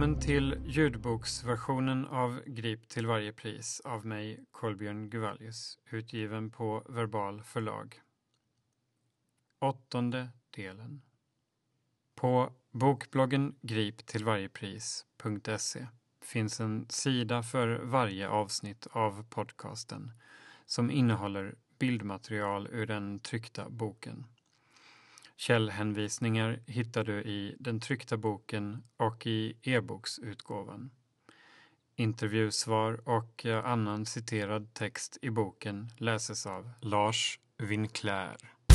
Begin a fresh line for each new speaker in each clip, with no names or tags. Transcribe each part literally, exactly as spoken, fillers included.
Välkommen till ljudboksversionen av Grip till varje pris av mig, Kolbjörn Guvallius, utgiven på Verbal förlag. Åttonde delen. På bokbloggen grip till varje pris punkt se finns en sida för varje avsnitt av podcasten som innehåller bildmaterial ur den tryckta boken. Källhänvisningar hittar du i den tryckta boken och i e-boksutgåvan. Intervjusvar och annan citerad text i boken läses av Lars Winclair.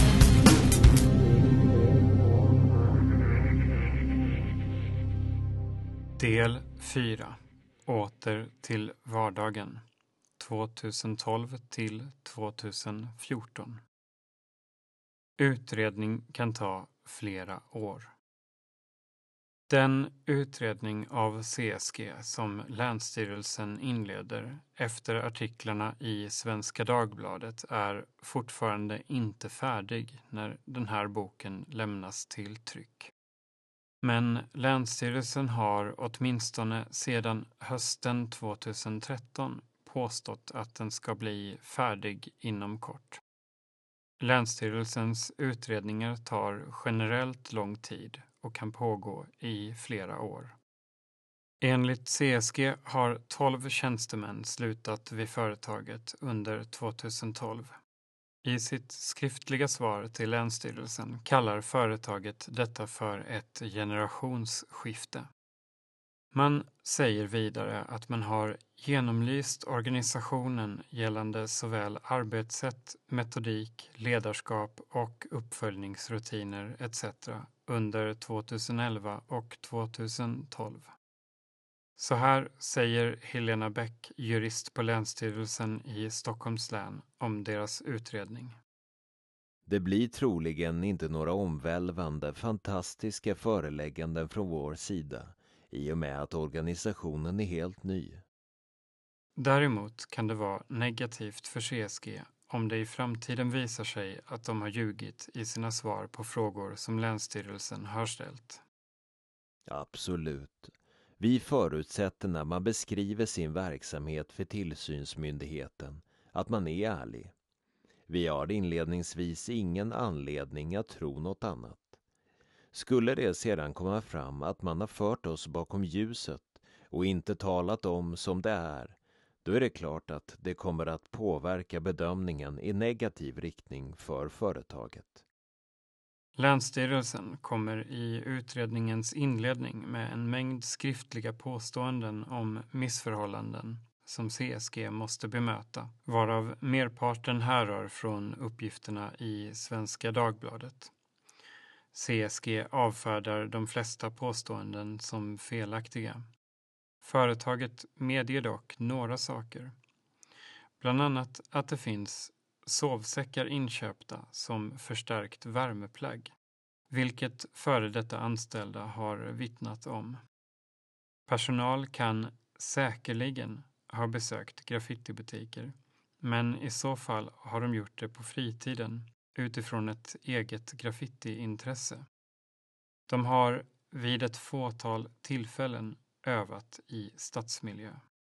Del fyra. Åter till vardagen. tjugotolv till tjugofjorton. Utredning kan ta flera år. Den utredning av C S G som Länsstyrelsen inleder efter artiklarna i Svenska Dagbladet är fortfarande inte färdig när den här boken lämnas till tryck. Men Länsstyrelsen har åtminstone sedan hösten tjugotretton påstått att den ska bli färdig inom kort. Länsstyrelsens utredningar tar generellt lång tid och kan pågå i flera år. Enligt C S G har tolv tjänstemän slutat vid företaget under tjugotolv. I sitt skriftliga svar till Länsstyrelsen kallar företaget detta för ett generationsskifte. Man säger vidare att man har genomlyst organisationen gällande såväl arbetssätt, metodik, ledarskap och uppföljningsrutiner et cetera under tjugoelva och tjugotolv. Så här säger Helena Bäck, jurist på Länsstyrelsen i Stockholms län, om deras utredning.
Det blir troligen inte några omvälvande, fantastiska förelägganden från vår sida i och med att organisationen är helt ny.
Däremot kan det vara negativt för C S G om det i framtiden visar sig att de har ljugit i sina svar på frågor som Länsstyrelsen har ställt.
Absolut. Vi förutsätter när man beskriver sin verksamhet för tillsynsmyndigheten att man är ärlig. Vi har inledningsvis ingen anledning att tro något annat. Skulle det sedan komma fram att man har fört oss bakom ljuset och inte talat om som det är, då är det klart att det kommer att påverka bedömningen i negativ riktning för företaget.
Länsstyrelsen kommer i utredningens inledning med en mängd skriftliga påståenden om missförhållanden som C S G måste bemöta, varav merparten härrör från uppgifterna i Svenska Dagbladet. C S G avfärdar de flesta påståenden som felaktiga. Företaget medger dock några saker. Bland annat att det finns sovsäckar inköpta som förstärkt värmeplagg, vilket före detta anställda har vittnat om. Personal kan säkerligen ha besökt graffitibutiker, men i så fall har de gjort det på fritiden utifrån ett eget graffitiintresse. De har vid ett fåtal tillfällen övat i stadsmiljö.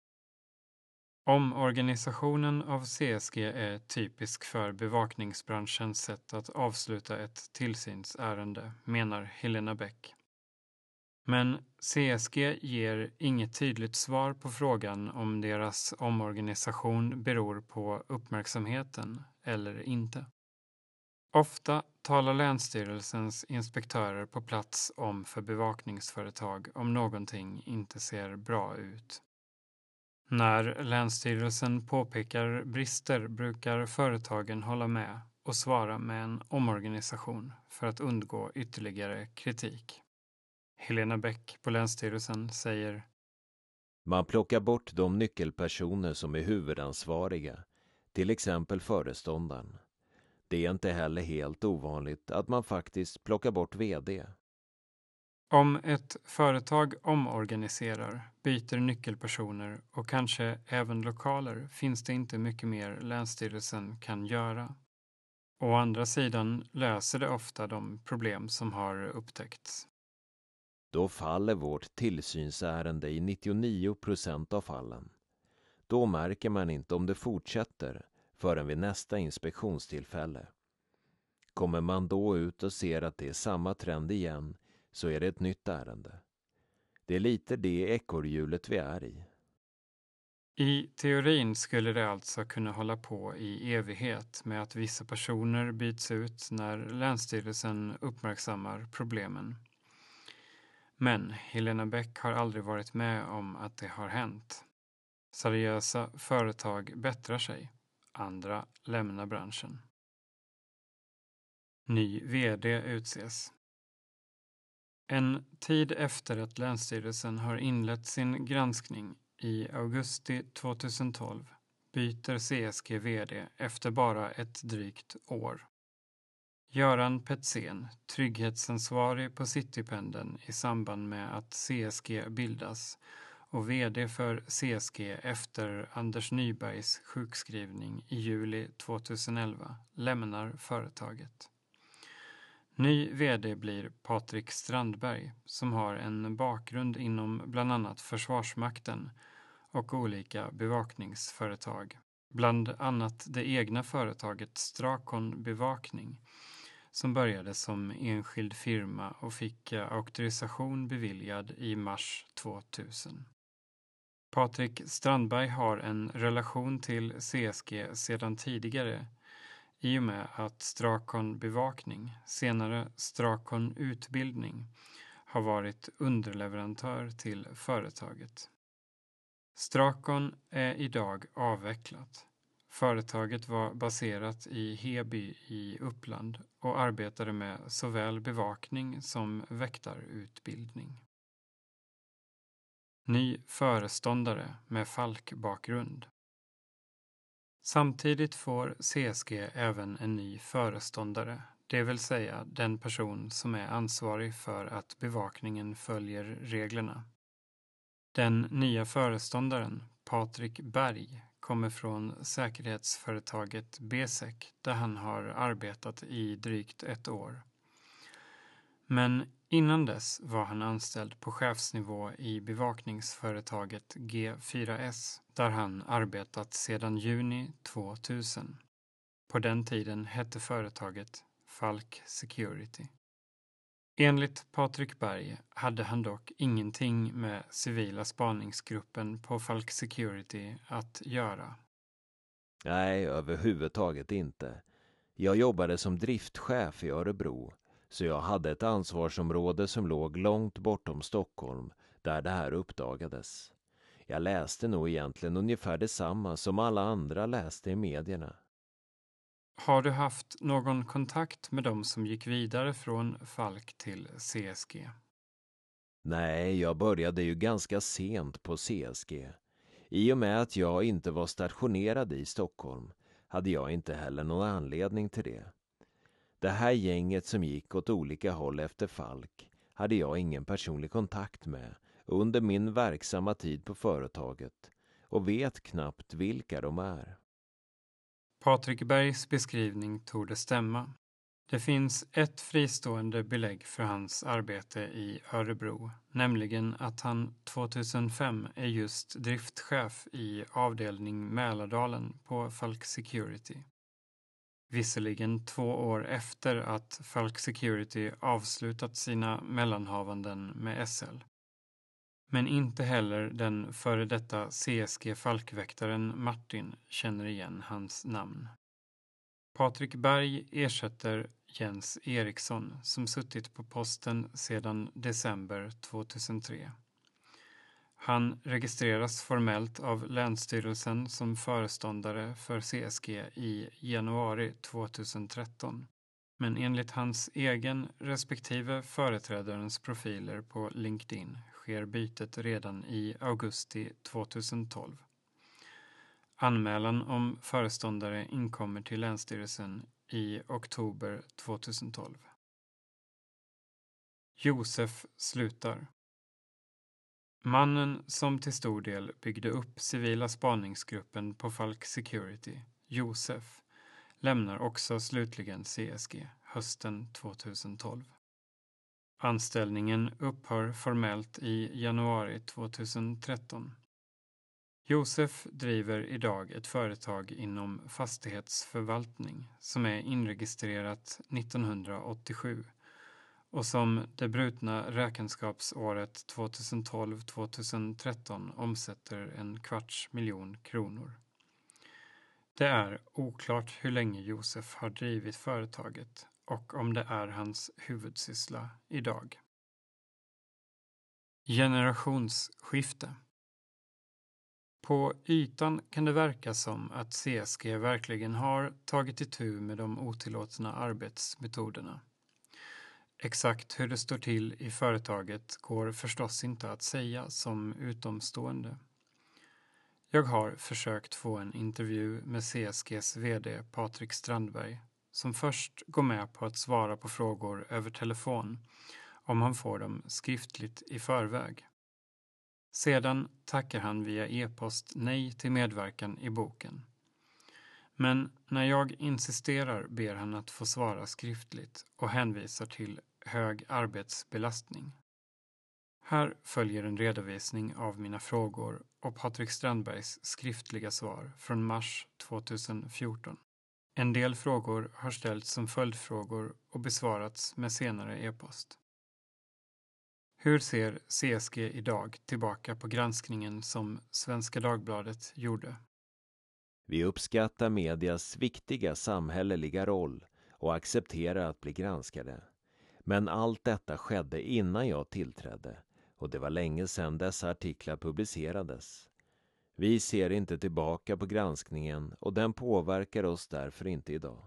Omorganisationen av C S G är typisk för bevakningsbranschens sätt att avsluta ett tillsynsärende, menar Helena Bäck. Men C S G ger inget tydligt svar på frågan om deras omorganisation beror på uppmärksamheten eller inte. Ofta talar Länsstyrelsens inspektörer på plats om för bevakningsföretag om någonting inte ser bra ut. När Länsstyrelsen påpekar brister brukar företagen hålla med och svara med en omorganisation för att undgå ytterligare kritik. Helena Bäck på Länsstyrelsen säger:
Man plockar bort de nyckelpersoner som är huvudansvariga, till exempel föreståndaren. Det är inte heller helt ovanligt att man faktiskt plockar bort vd.
Om ett företag omorganiserar, byter nyckelpersoner och kanske även lokaler finns det inte mycket mer Länsstyrelsen kan göra. Å andra sidan löser det ofta de problem som har upptäckts.
Då faller vårt tillsynsärende i nittionio procent av fallen. Då märker man inte om det fortsätter förrän vid nästa inspektionstillfälle. Kommer man då ut och ser att det är samma trend igen, så är det ett nytt ärende. Det är lite det ekorrhjulet vi är i.
I teorin skulle det alltså kunna hålla på i evighet med att vissa personer byts ut när Länsstyrelsen uppmärksammar problemen. Men Helena Bäck har aldrig varit med om att det har hänt. Seriösa företag bättrar sig, andra lämnar branschen. Ny vd utses. En tid efter att Länsstyrelsen har inlett sin granskning i augusti tjugotolv byter C S G vd efter bara ett drygt år. Göran Petzén, trygghetsansvarig på Citypendeln i samband med att C S G bildas och vd för C S G efter Anders Nybergs sjukskrivning i juli tjugoelva, lämnar företaget. Ny vd blir Patrik Strandberg som har en bakgrund inom bland annat Försvarsmakten och olika bevakningsföretag. Bland annat det egna företaget Strakon Bevakning som började som enskild firma och fick auktorisation beviljad i mars tvåtusen. Patrik Strandberg har en relation till C S G sedan tidigare i och med att Strakon Bevakning, senare Strakon Utbildning, har varit underleverantör till företaget. Strakon är idag avvecklat. Företaget var baserat i Heby i Uppland och arbetade med såväl bevakning som väktarutbildning. Ny föreståndare med Falk-bakgrund. Samtidigt får C S G även en ny föreståndare, det vill säga den person som är ansvarig för att bevakningen följer reglerna. Den nya föreståndaren, Patrik Berg, kommer från säkerhetsföretaget B S E C där han har arbetat i drygt ett år. Men innan dess var han anställd på chefsnivå i bevakningsföretaget G fyra S där han arbetat sedan juni tvåtusen. På den tiden hette företaget Falk Security. Enligt Patrik Berg hade han dock ingenting med civila spaningsgruppen på Falk Security att göra.
Nej, överhuvudtaget inte. Jag jobbade som driftchef i Örebro, så jag hade ett ansvarsområde som låg långt bortom Stockholm, där det här uppdagades. Jag läste nog egentligen ungefär detsamma som alla andra läste i medierna.
Har du haft någon kontakt med dem som gick vidare från Falk till C S G?
Nej, jag började ju ganska sent på C S G. I och med att jag inte var stationerad i Stockholm hade jag inte heller någon anledning till det. Det här gänget som gick åt olika håll efter Falk hade jag ingen personlig kontakt med under min verksamma tid på företaget och vet knappt vilka de är.
Patrik Bergs beskrivning torde stämma. Det finns ett fristående belägg för hans arbete i Örebro, nämligen att han tvåtusenfem är just driftchef i avdelning Mälardalen på Falk Security. Visserligen två år efter att Falk Security avslutat sina mellanhavanden med S L. Men inte heller den före detta C S G-falkväktaren Martin känner igen hans namn. Patrik Berg ersätter Jens Eriksson som suttit på posten sedan december tvåtusentre. Han registreras formellt av Länsstyrelsen som föreståndare för C S G i januari tvåtusentretton. Men enligt hans egen respektive företrädarens profiler på LinkedIn sker bytet redan i augusti tvåtusentolv. Anmälan om föreståndare inkommer till Länsstyrelsen i oktober tvåtusentolv. Josef slutar. Mannen som till stor del byggde upp civila spaningsgruppen på Falk Security, Josef, lämnar också slutligen C S G hösten tvåtusentolv. Anställningen upphör formellt i januari tjugohundratretton. Josef driver idag ett företag inom fastighetsförvaltning som är inregistrerat nittonhundraåttiosju och som det brutna räkenskapsåret tjugotolv tjugotretton omsätter en kvarts miljon kronor. Det är oklart hur länge Josef har drivit företaget och om det är hans huvudsyssla idag. Generationsskifte. På ytan kan det verka som att C S G verkligen har tagit itu med de otillåtna arbetsmetoderna. Exakt hur det står till i företaget går förstås inte att säga som utomstående. Jag har försökt få en intervju med C S G:s vd Patrik Strandberg som först går med på att svara på frågor över telefon om han får dem skriftligt i förväg. Sedan tackar han via e-post nej till medverkan i boken. Men när jag insisterar ber han att få svara skriftligt och hänvisar till hög arbetsbelastning. Här följer en redovisning av mina frågor och Patrik Strandbergs skriftliga svar från mars tjugohundrafjorton. En del frågor har ställts som följdfrågor och besvarats med senare e-post. Hur ser C S G idag tillbaka på granskningen som Svenska Dagbladet gjorde?
Vi uppskattar medias viktiga samhälleliga roll och accepterar att bli granskade. Men allt detta skedde innan jag tillträdde och det var länge sedan dessa artiklar publicerades. Vi ser inte tillbaka på granskningen och den påverkar oss därför inte idag.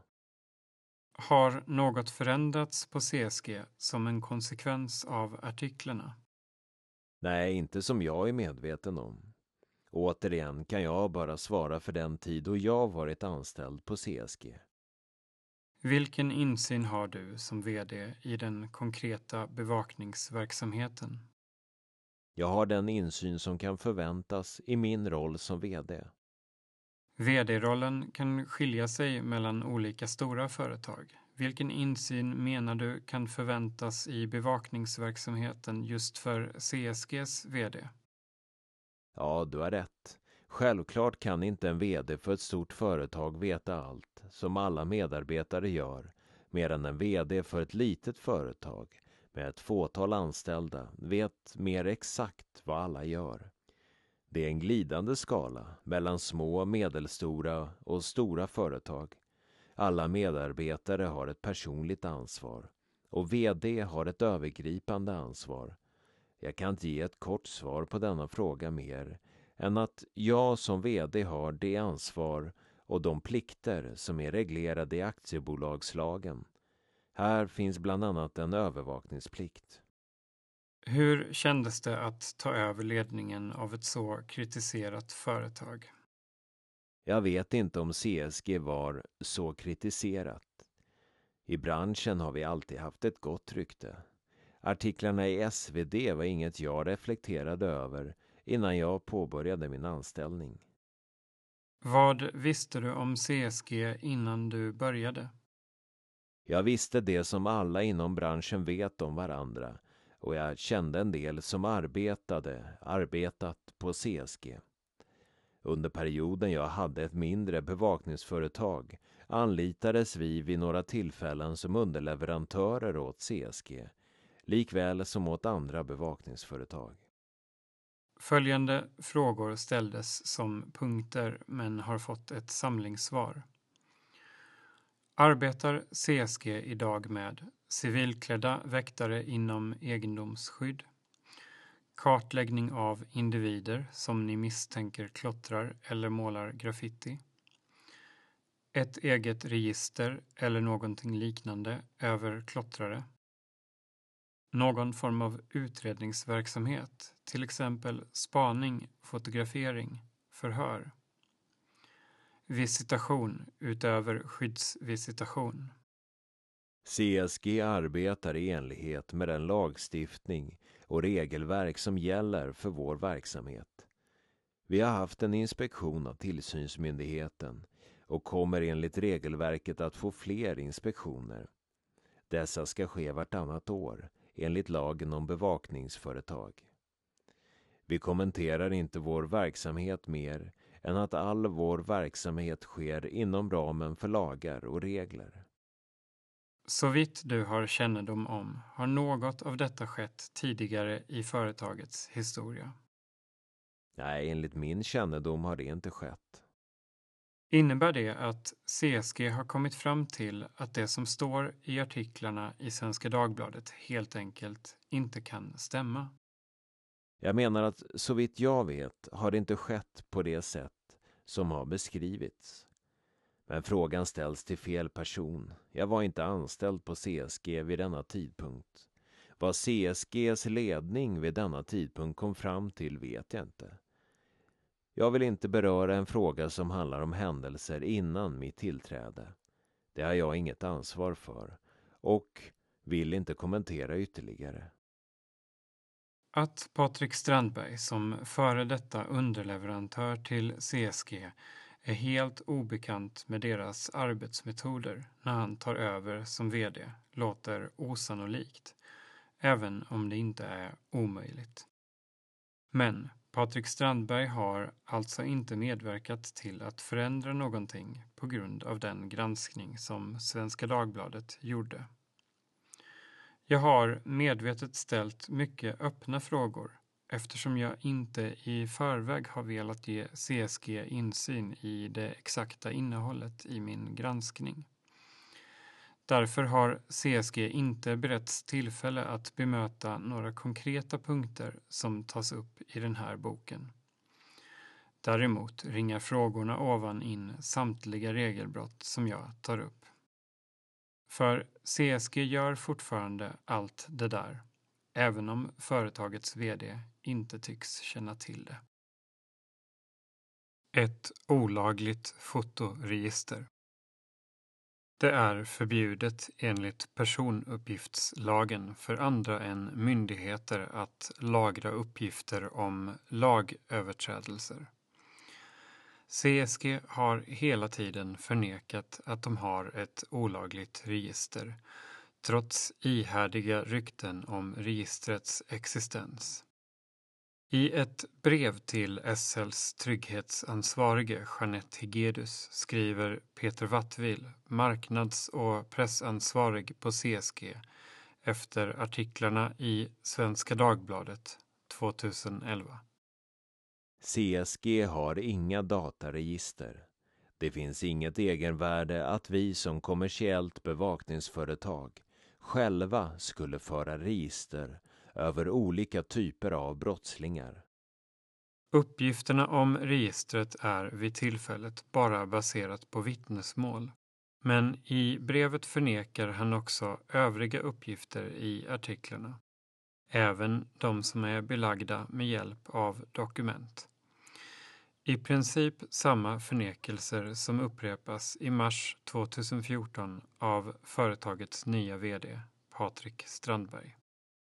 Har något förändrats på C S G som en konsekvens av artiklarna?
Nej, inte som jag är medveten om. Återigen kan jag bara svara för den tid då jag varit anställd på C S G.
Vilken insyn har du som vd i den konkreta bevakningsverksamheten?
Jag har den insyn som kan förväntas i min roll som vd.
vd-rollen kan skilja sig mellan olika stora företag. Vilken insyn menar du kan förväntas i bevakningsverksamheten just för C S G:s vd?
Ja, du har rätt. Självklart kan inte en vd för ett stort företag veta allt som alla medarbetare gör, medan en vd för ett litet företag med ett fåtal anställda vet mer exakt vad alla gör. Det är en glidande skala mellan små, medelstora och stora företag. Alla medarbetare har ett personligt ansvar och vd har ett övergripande ansvar. Jag kan inte ge ett kort svar på denna fråga mer än att jag som vd har det ansvar och de plikter som är reglerade i aktiebolagslagen. Här finns bland annat en övervakningsplikt.
Hur kändes det att ta över ledningen av ett så kritiserat företag?
Jag vet inte om C S G var så kritiserat. I branschen har vi alltid haft ett gott rykte. Artiklarna i S V D var inget jag reflekterade över innan jag påbörjade min anställning.
Vad visste du om C S G innan du började?
Jag visste det som alla inom branschen vet om varandra och jag kände en del som arbetade, arbetat på C S G. Under perioden jag hade ett mindre bevakningsföretag anlitades vi vid några tillfällen som underleverantörer åt C S G, likväl som åt andra bevakningsföretag.
Följande frågor ställdes som punkter men har fått ett samlingssvar. Arbetar C S G idag med civilklädda väktare inom egendomsskydd? Kartläggning av individer som ni misstänker klottrar eller målar graffiti? Ett eget register eller någonting liknande över klottrare? Någon form av utredningsverksamhet, till exempel spaning, fotografering, förhör. Visitation utöver skyddsvisitation.
C S G arbetar i enlighet med den lagstiftning och regelverk som gäller för vår verksamhet. Vi har haft en inspektion av tillsynsmyndigheten och kommer enligt regelverket att få fler inspektioner. Dessa ska ske vartannat år enligt lagen om bevakningsföretag. Vi kommenterar inte vår verksamhet mer än att all vår verksamhet sker inom ramen för lagar och regler.
Så vitt du har kännedom om har något av detta skett tidigare i företagets historia.
Nej, enligt min kännedom har det inte skett.
Innebär det att C S G har kommit fram till att det som står i artiklarna i Svenska Dagbladet helt enkelt inte kan stämma?
Jag menar att så vitt jag vet har det inte skett på det sätt som har beskrivits. Men frågan ställs till fel person. Jag var inte anställd på C S G vid denna tidpunkt. Vad C S Gs ledning vid denna tidpunkt kom fram till vet jag inte. Jag vill inte beröra en fråga som handlar om händelser innan mitt tillträde. Det har jag inget ansvar för och vill inte kommentera ytterligare.
Att Patrik Strandberg som före detta underleverantör till C S G är helt obekant med deras arbetsmetoder när han tar över som vd låter osannolikt, även om det inte är omöjligt. Men Patrik Strandberg har alltså inte medverkat till att förändra någonting på grund av den granskning som Svenska Dagbladet gjorde. Jag har medvetet ställt mycket öppna frågor eftersom jag inte i förväg har velat ge C S G insyn i det exakta innehållet i min granskning. Därför har C S G inte beretts tillfälle att bemöta några konkreta punkter som tas upp i den här boken. Däremot ringar frågorna ovan in samtliga regelbrott som jag tar upp. För C S G gör fortfarande allt det där, även om företagets vd inte tycks känna till det. Ett olagligt fotoregister. Det är förbjudet enligt personuppgiftslagen för andra än myndigheter att lagra uppgifter om lagöverträdelser. C S G har hela tiden förnekat att de har ett olagligt register, trots ihärdiga rykten om registrets existens. I ett brev till S L:s trygghetsansvarige Jeanette Hegedus skriver Peter Wattvill, marknads- och pressansvarig på C S G, efter artiklarna i Svenska Dagbladet tjugoelva.
C S G har inga dataregister. Det finns inget egenvärde att vi som kommersiellt bevakningsföretag själva skulle föra register över olika typer av brottslingar.
Uppgifterna om registret är vid tillfället bara baserat på vittnesmål. Men i brevet förnekar han också övriga uppgifter i artiklarna. Även de som är belagda med hjälp av dokument. I princip samma förnekelser som upprepas i mars tjugohundrafjorton av företagets nya vd Patrik Strandberg.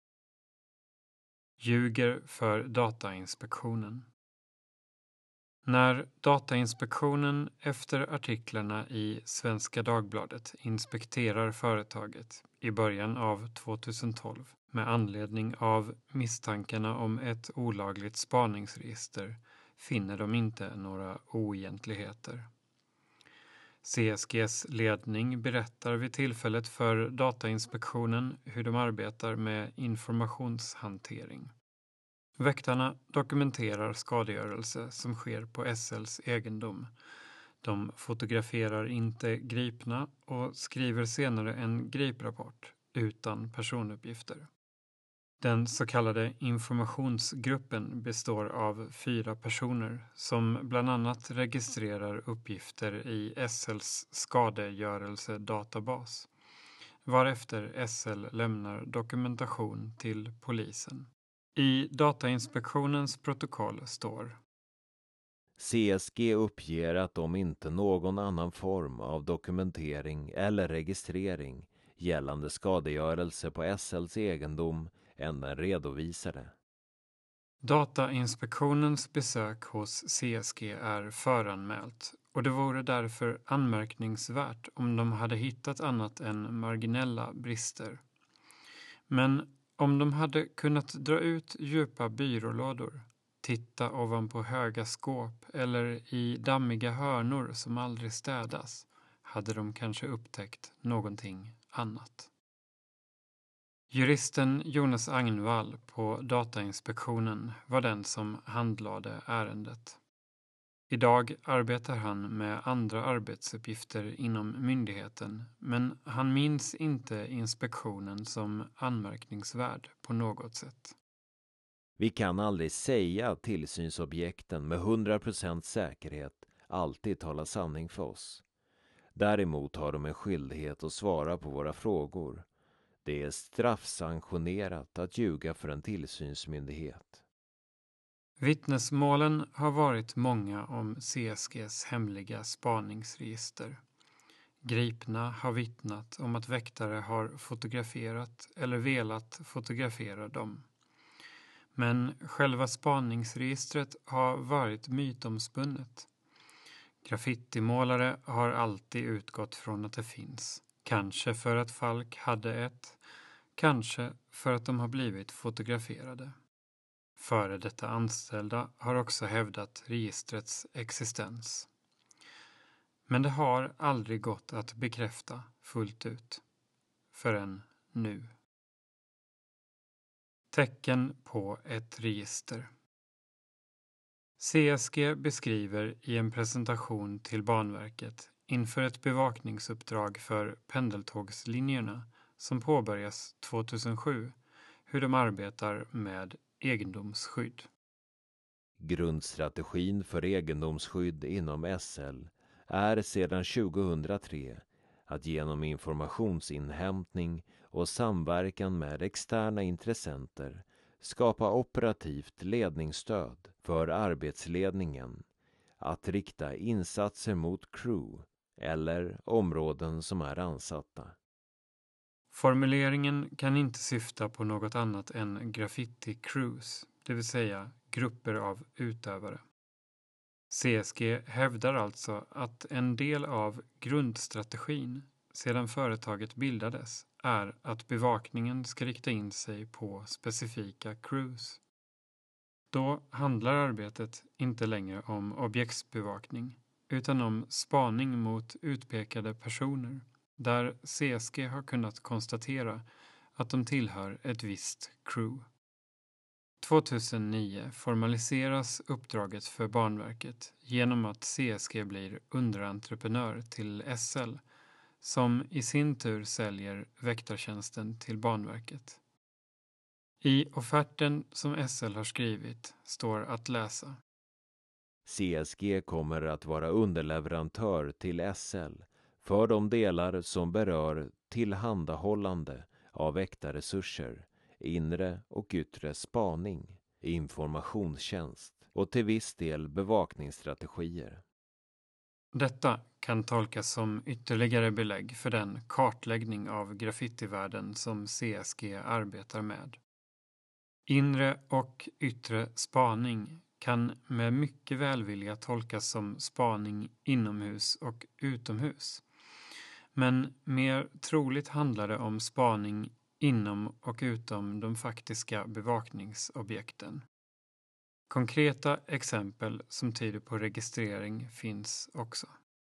Ljuger för Datainspektionen. När Datainspektionen efter artiklarna i Svenska Dagbladet inspekterar företaget i början av tjugotolv med anledning av misstankarna om ett olagligt spaningsregister finner de inte några oegentligheter. C S Gs ledning berättar vid tillfället för Datainspektionen hur de arbetar med informationshantering. Väktarna dokumenterar skadegörelse som sker på S L:s egendom. De fotograferar inte gripna och skriver senare en griprapport utan personuppgifter. Den så kallade informationsgruppen består av fyra personer som bland annat registrerar uppgifter i S L:s skadegörelsedatabas, varefter S L lämnar dokumentation till polisen. I Datainspektionens protokoll står:
C S G uppger att de inte någon annan form av dokumentering eller registrering gällande skadegörelse på S L:s egendom än den redovisade.
Datainspektionens besök hos C S G är föranmält och det vore därför anmärkningsvärt om de hade hittat annat än marginella brister. Men Om de hade kunnat dra ut djupa byrålådor, titta ovanpå höga skåp eller i dammiga hörnor som aldrig städas, hade de kanske upptäckt någonting annat. Juristen Jonas Agnvall på Datainspektionen var den som handlade ärendet. Idag arbetar han med andra arbetsuppgifter inom myndigheten, men han minns inte inspektionen som anmärkningsvärd på något sätt.
Vi kan aldrig säga att tillsynsobjekten med hundra procent säkerhet alltid talar sanning för oss. Däremot har de en skyldighet att svara på våra frågor. Det är straffsanktionerat att ljuga för en tillsynsmyndighet.
Vittnesmålen har varit många om C S G:s hemliga spaningsregister. Gripna har vittnat om att väktare har fotograferat eller velat fotografera dem. Men själva spaningsregistret har varit mytomspunnet. Graffitimålare har alltid utgått från att det finns. Kanske för att Falk hade ett, kanske för att de har blivit fotograferade. Före detta anställda har också hävdat registrets existens. Men det har aldrig gått att bekräfta fullt ut. Förrän nu. Tecken på ett register. C S G beskriver i en presentation till Banverket inför ett bevakningsuppdrag för pendeltågslinjerna som påbörjas tjugohundrasju hur de arbetar med egendomsskydd.
Grundstrategin för egendomsskydd inom S L är sedan tjugohundratre att genom informationsinhämtning och samverkan med externa intressenter skapa operativt ledningsstöd för arbetsledningen att rikta insatser mot crew eller områden som är ansatta.
Formuleringen kan inte syfta på något annat än graffiti-crews, det vill säga grupper av utövare. C S G hävdar alltså att en del av grundstrategin sedan företaget bildades är att bevakningen ska rikta in sig på specifika crews. Då handlar arbetet inte längre om objektsbevakning utan om spaning mot utpekade personer där C S G har kunnat konstatera att de tillhör ett visst crew. tjugohundranio formaliseras uppdraget för Banverket genom att C S G blir underentreprenör till S L som i sin tur säljer väktartjänsten till Banverket. I offerten som S L har skrivit står att läsa.
C S G kommer att vara underleverantör till S L för de delar som berör tillhandahållande av väktarresurser, inre och yttre spaning, informationstjänst och till viss del bevakningsstrategier.
Detta kan tolkas som ytterligare belägg för den kartläggning av graffitivärlden som C S G arbetar med. Inre och yttre spaning kan med mycket välvilja tolkas som spaning inomhus och utomhus. Men mer troligt handlar det om spaning inom och utom de faktiska bevakningsobjekten. Konkreta exempel som tyder på registrering finns också.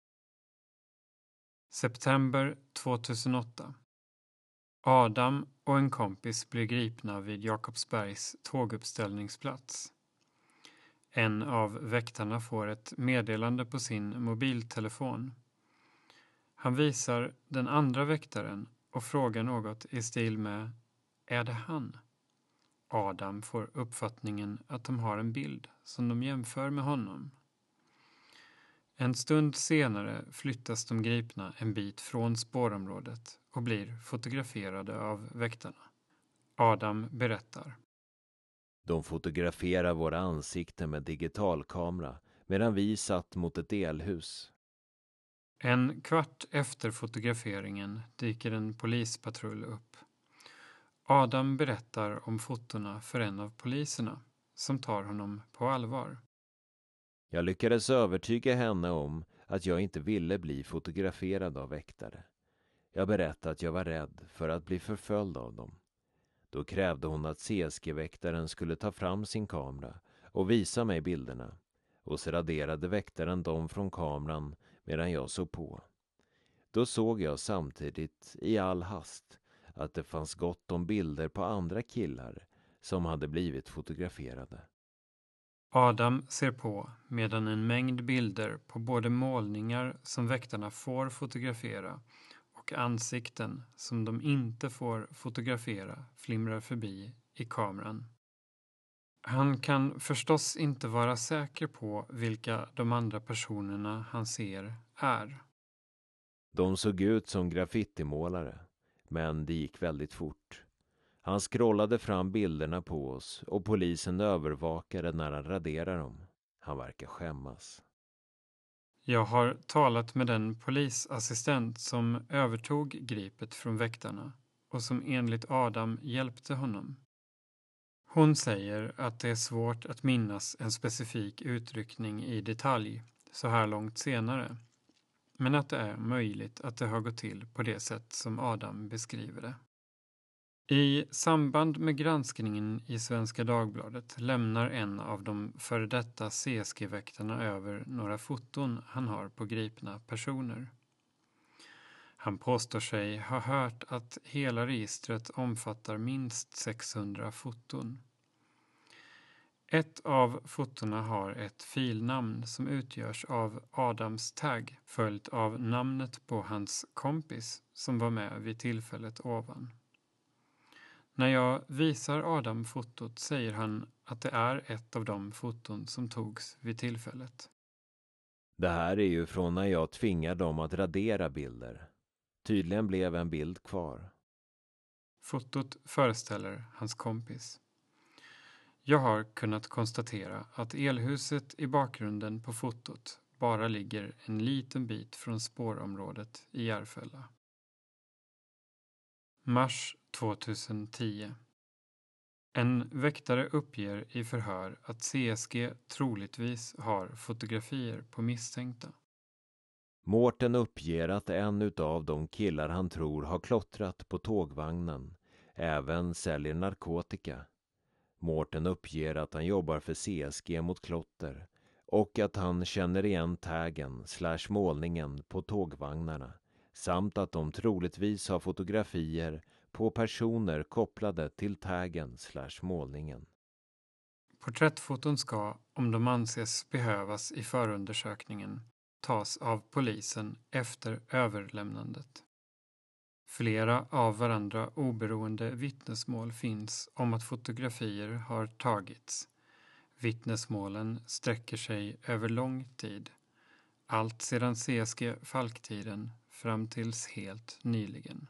September tjugohundraåtta. Adam och en kompis blir gripna vid Jakobsbergs tåguppställningsplats. En av väktarna får ett meddelande på sin mobiltelefon. Han visar den andra väktaren och frågar något i stil med "Är det han?" Adam får uppfattningen att de har en bild som de jämför med honom. En stund senare flyttas de gripna en bit från spårområdet och blir fotograferade av väktarna. Adam berättar.
De fotograferar våra ansikten med digitalkamera medan vi satt mot ett elhus.
En kvart efter fotograferingen dyker en polispatrull upp. Adam berättar om fotona för en av poliserna som tar honom på allvar.
Jag lyckades övertyga henne om att jag inte ville bli fotograferad av väktare. Jag berättade att jag var rädd för att bli förföljd av dem. Då krävde hon att C S G-väktaren skulle ta fram sin kamera och visa mig bilderna, och så raderade väktaren dem från kameran medan jag såg på. Då såg jag samtidigt i all hast att det fanns gott om bilder på andra killar som hade blivit fotograferade.
Adam ser på medan en mängd bilder på både målningar som väktarna får fotografera och ansikten som de inte får fotografera flimrar förbi i kameran. Han kan förstås inte vara säker på vilka de andra personerna han ser är.
De såg ut som graffitimålare, men det gick väldigt fort. Han scrollade fram bilderna på oss och polisen övervakade när han raderade dem. Han verkar skämmas.
Jag har talat med den polisassistent som övertog gripet från väktarna och som enligt Adam hjälpte honom. Hon säger att det är svårt att minnas en specifik utryckning i detalj så här långt senare, men att det är möjligt att det har gått till på det sätt som Adam beskriver det. I samband med granskningen i Svenska Dagbladet lämnar en av de före detta C S G-väktarna över några foton han har på gripna personer. Han påstår sig ha hört att hela registret omfattar minst sexhundra foton. Ett av fotona har ett filnamn som utgörs av Adams tagg följt av namnet på hans kompis som var med vid tillfället ovan. När jag visar Adam fotot säger han att det är ett av de foton som togs vid tillfället.
Det här är ju från när jag tvingar dem att radera bilder. Tydligen blev en bild kvar.
Fotot föreställer hans kompis. Jag har kunnat konstatera att elhuset i bakgrunden på fotot bara ligger en liten bit från spårområdet i Järfälla. Mars tjugohundratio. En väktare uppger i förhör att C S G troligtvis har fotografier på misstänkta.
Mårten uppger att en utav de killar han tror har klottrat på tågvagnen även säljer narkotika. Mårten uppger att han jobbar för C S G mot klotter och att han känner igen taggen slash målningen på tågvagnarna samt att de troligtvis har fotografier på personer kopplade till taggen slash målningen.
Porträttfoton ska, om de anses behövas i förundersökningen, tas av polisen efter överlämnandet. Flera av varandra oberoende vittnesmål finns om att fotografier har tagits. Vittnesmålen sträcker sig över lång tid, allt sedan C S G-falktiden fram tills helt nyligen.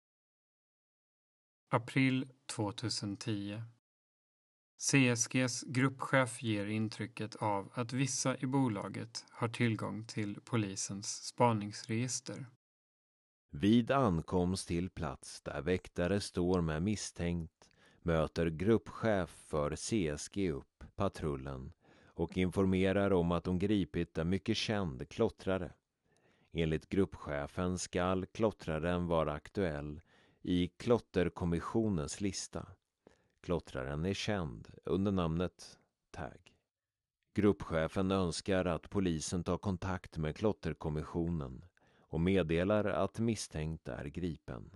April tjugohundratio. C S G:s gruppchef ger intrycket av att vissa i bolaget har tillgång till polisens spaningsregister.
Vid ankomst till plats där väktare står med misstänkt möter gruppchef för C S G upp patrullen och informerar om att de gripit en mycket känd klottrare. Enligt gruppchefen skall klottraren vara aktuell i klotterkommissionens lista. Klottraren är känd under namnet Tag. Gruppchefen önskar att polisen tar kontakt med klotterkommissionen och meddelar att misstänkt är gripen.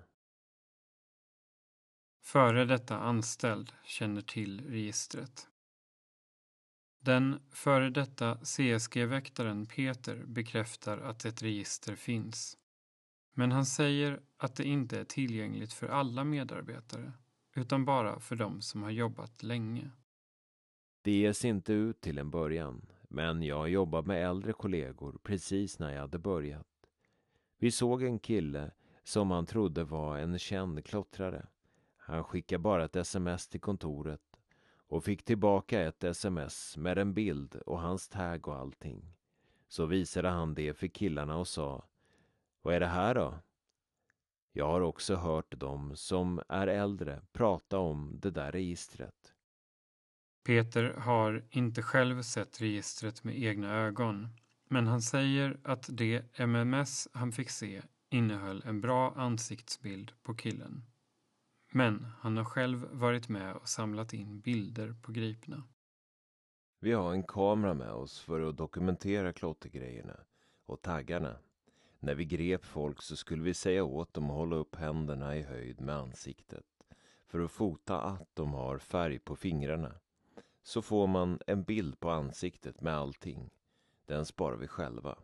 Före detta anställd känner till registret. Den före detta C S G-väktaren Peter bekräftar att ett register finns. Men han säger att det inte är tillgängligt för alla medarbetare, utan bara för de som har jobbat länge.
Det ges inte ut till en början, men jag jobbade med äldre kollegor precis när jag hade börjat. Vi såg en kille som han trodde var en känd klottrare. Han skickade bara ett sms till kontoret och fick tillbaka ett sms med en bild och hans tag och allting. Så visade han det för killarna och sa: "Vad är det här då?" Jag har också hört dem som är äldre prata om det där registret.
Peter har inte själv sett registret med egna ögon, men han säger att det M M S han fick se innehöll en bra ansiktsbild på killen. Men han har själv varit med och samlat in bilder på gripna.
Vi har en kamera med oss för att dokumentera klottergrejerna och taggarna. När vi grep folk så skulle vi säga åt dem att hålla upp händerna i höjd med ansiktet för att fota att de har färg på fingrarna. Så får man en bild på ansiktet med allting. Den sparar vi själva.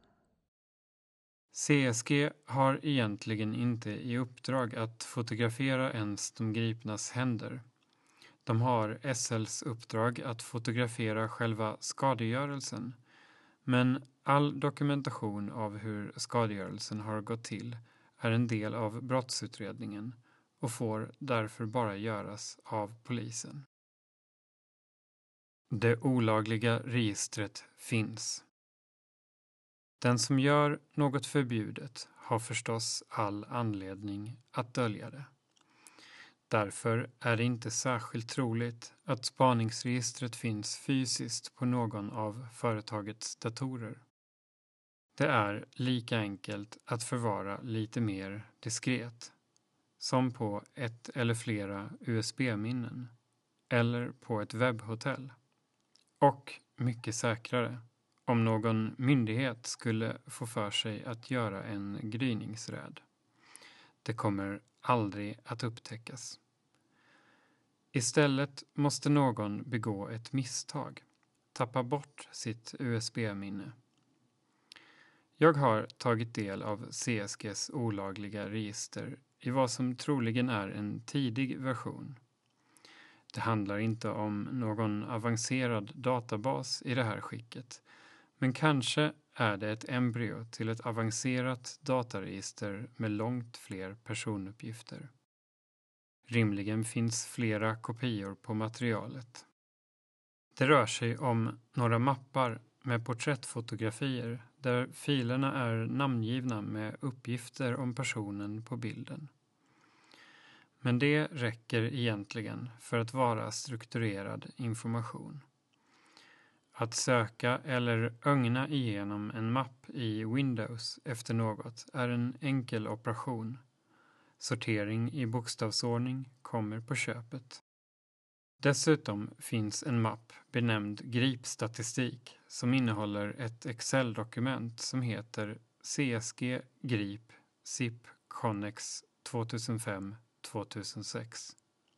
C S G har egentligen inte i uppdrag att fotografera ens de gripnas händer. De har S L:s uppdrag att fotografera själva skadegörelsen. Men all dokumentation av hur skadegörelsen har gått till är en del av brottsutredningen och får därför bara göras av polisen. Det olagliga registret finns. Den som gör något förbjudet har förstås all anledning att dölja det. Därför är det inte särskilt troligt att spaningsregistret finns fysiskt på någon av företagets datorer. Det är lika enkelt att förvara lite mer diskret, som på ett eller flera U S B-minnen eller på ett webbhotell. Och mycket säkrare om någon myndighet skulle få för sig att göra en gryningsräd. Det kommer aldrig att upptäckas. Istället måste någon begå ett misstag, tappa bort sitt U S B-minne. Jag har tagit del av C S G:s olagliga register i vad som troligen är en tidig version. Det handlar inte om någon avancerad databas i det här skicket, men kanske är det ett embryo till ett avancerat dataregister med långt fler personuppgifter. Rimligen finns flera kopior på materialet. Det rör sig om några mappar med porträttfotografier där filerna är namngivna med uppgifter om personen på bilden. Men det räcker egentligen för att vara strukturerad information. Att söka eller ögna igenom en mapp i Windows efter något är en enkel operation. Sortering i bokstavsordning kommer på köpet. Dessutom finns en mapp benämnd gripstatistik som innehåller ett Excel-dokument som heter C S G grip zip connex tvåtusenfem tvåtusensex.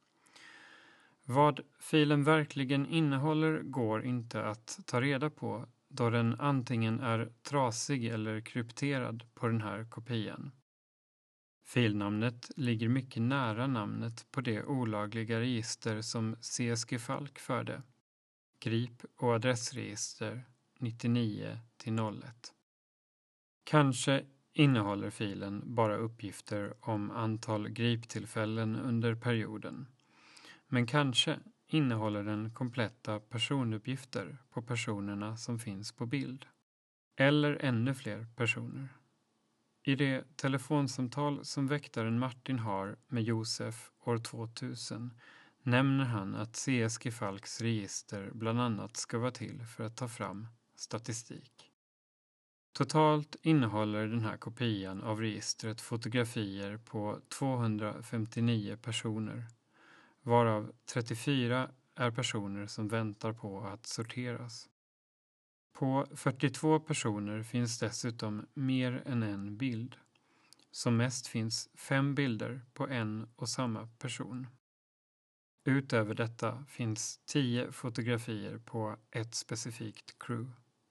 Vad filen verkligen innehåller går inte att ta reda på då den antingen är trasig eller krypterad på den här kopian. Filnamnet ligger mycket nära namnet på det olagliga register som C S G Falk förde, grip- och adressregister nittionio till noll ett. Kanske innehåller filen bara uppgifter om antal griptillfällen under perioden, men kanske innehåller den kompletta personuppgifter på personerna som finns på bild, eller ännu fler personer. I det telefonsamtal som väktaren Martin har med Josef år tvåtusen nämner han att C S G Falks register bland annat ska vara till för att ta fram statistik. Totalt innehåller den här kopian av registret fotografier på tvåhundrafemtionio personer, varav trettiofyra är personer som väntar på att sorteras. På fyrtiotvå personer finns dessutom mer än en bild. Som mest finns fem bilder på en och samma person. Utöver detta finns tio fotografier på ett specifikt crew.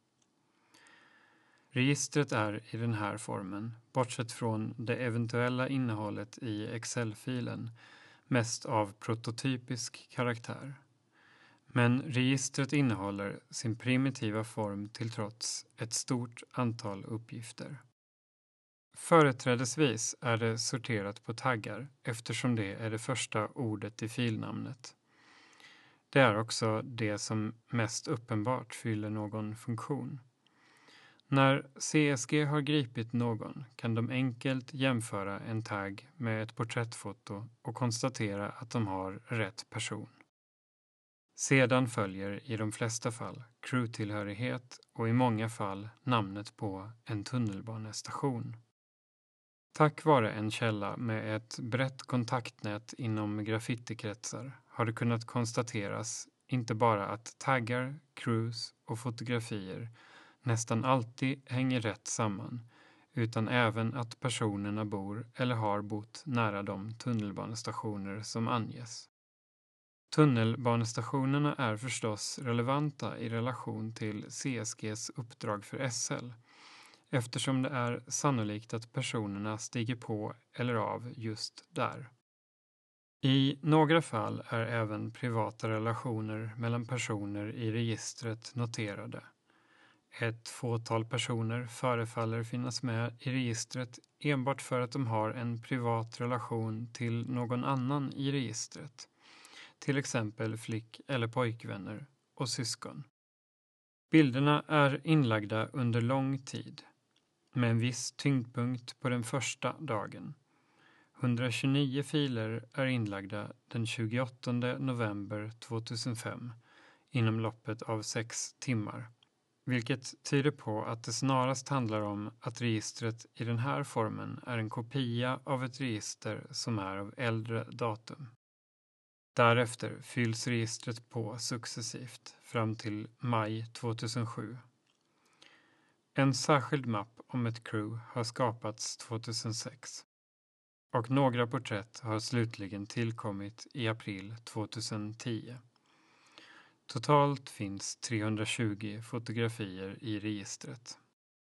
Registret är i den här formen, bortsett från det eventuella innehållet i Excel-filen, mest av prototypisk karaktär. Men registret innehåller sin primitiva form till trots ett stort antal uppgifter. Företrädesvis är det sorterat på taggar eftersom det är det första ordet i filnamnet. Det är också det som mest uppenbart fyller någon funktion. När C S G har gripit någon kan de enkelt jämföra en tagg med ett porträttfoto och konstatera att de har rätt person. Sedan följer i de flesta fall crewtillhörighet och i många fall namnet på en tunnelbanestation. Tack vare en källa med ett brett kontaktnät inom graffitikretsar har det kunnat konstateras inte bara att taggar, crews och fotografier nästan alltid hänger rätt samman, utan även att personerna bor eller har bott nära de tunnelbanestationer som anges. Tunnelbanestationerna är förstås relevanta i relation till C S G:s uppdrag för S L, eftersom det är sannolikt att personerna stiger på eller av just där. I några fall är även privata relationer mellan personer i registret noterade. Ett fåtal personer förefaller finnas med i registret enbart för att de har en privat relation till någon annan i registret, till exempel flick- eller pojkvänner och syskon. Bilderna är inlagda under lång tid, med en viss tyngdpunkt på den första dagen. hundratjugonio filer är inlagda den tjugoåttonde november tvåtusenfem inom loppet av sex timmar, vilket tyder på att det snarast handlar om att registret i den här formen är en kopia av ett register som är av äldre datum. Därefter fylls registret på successivt fram till maj tvåtusensju. En särskild mapp om ett crew har skapats tvåtusensex och några porträtt har slutligen tillkommit i april tvåtusentio. Totalt finns trehundratjugo fotografier i registret.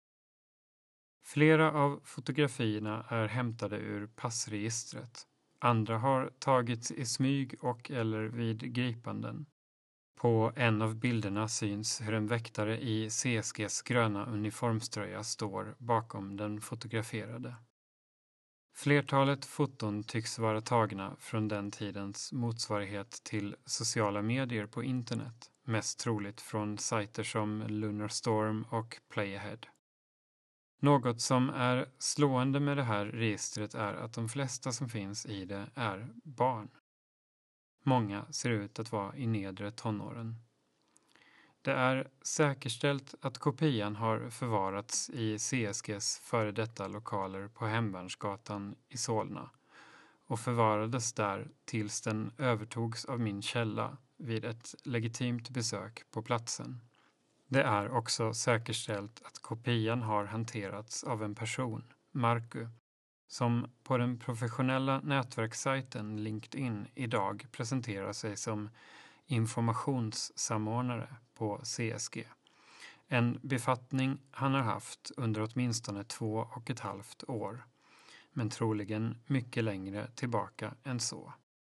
Flera av fotografierna är hämtade ur passregistret. Andra har tagits i smyg och eller vid gripanden. På en av bilderna syns hur en väktare i C S G:s gröna uniformströja står bakom den fotograferade. Flertalet foton tycks vara tagna från den tidens motsvarighet till sociala medier på internet, mest troligt från sajter som Lunarstorm och Playahead. Något som är slående med det här registret är att de flesta som finns i det är barn. Många ser ut att vara i nedre tonåren. Det är säkerställt att kopian har förvarats i C S G:s före detta lokaler på Hemvärnsgatan i Solna och förvarades där tills den övertogs av min källa vid ett legitimt besök på platsen. Det är också säkerställt att kopian har hanterats av en person, Marku, som på den professionella nätverkssajten LinkedIn idag presenterar sig som informationssamordnare på C S G. En befattning han har haft under åtminstone två och ett halvt år, men troligen mycket längre tillbaka än så.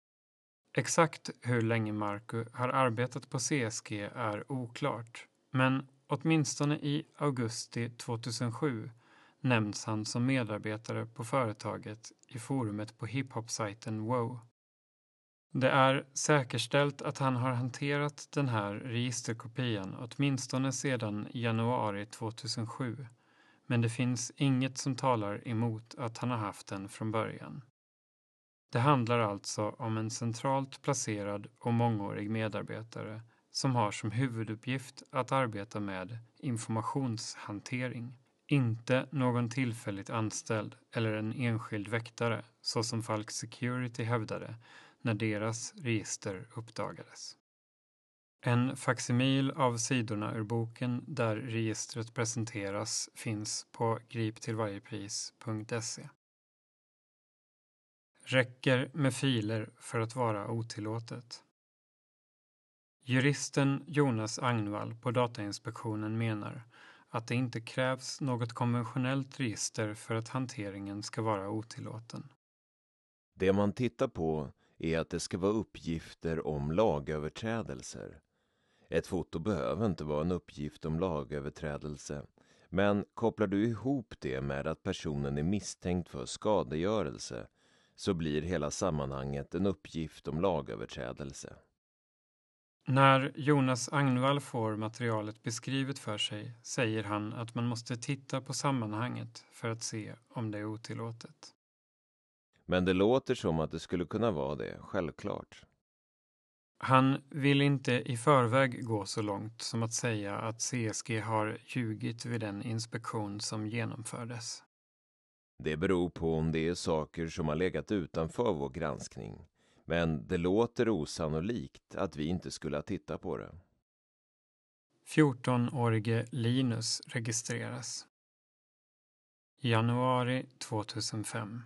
Exakt hur länge Marku har arbetat på C S G är oklart, men åtminstone i augusti tvåtusensju nämns han som medarbetare på företaget i forumet på hiphop-sajten Wow. Det är säkerställt att han har hanterat den här registerkopian åtminstone sedan januari tvåtusensju, men det finns inget som talar emot att han har haft den från början. Det handlar alltså om en centralt placerad och mångårig medarbetare som har som huvuduppgift att arbeta med informationshantering. Inte någon tillfälligt anställd eller en enskild väktare, så som Falk Security hävdade när deras register uppdagades. En faksimil av sidorna ur boken där registret presenteras finns på griptillvarjepris punkt se. Räcker med filer för att vara otillåtet. Juristen Jonas Angvall på Datainspektionen menar att det inte krävs något konventionellt register för att hanteringen ska vara otillåten.
Det man tittar på är att det ska vara uppgifter om lagöverträdelser. Ett foto behöver inte vara en uppgift om lagöverträdelse, men kopplar du ihop det med att personen är misstänkt för skadegörelse så blir hela sammanhanget en uppgift om lagöverträdelse.
När Jonas Angvall får materialet beskrivet för sig säger han att man måste titta på sammanhanget för att se om det är otillåtet.
Men det låter som att det skulle kunna vara det, självklart.
Han vill inte i förväg gå så långt som att säga att C S G har ljugit vid den inspektion som genomfördes.
Det beror på om det är saker som har legat utanför vår granskning. Men det låter osannolikt att vi inte skulle ha tittat på det.
fjortonårige Linus registreras. Januari tjugohundrafem.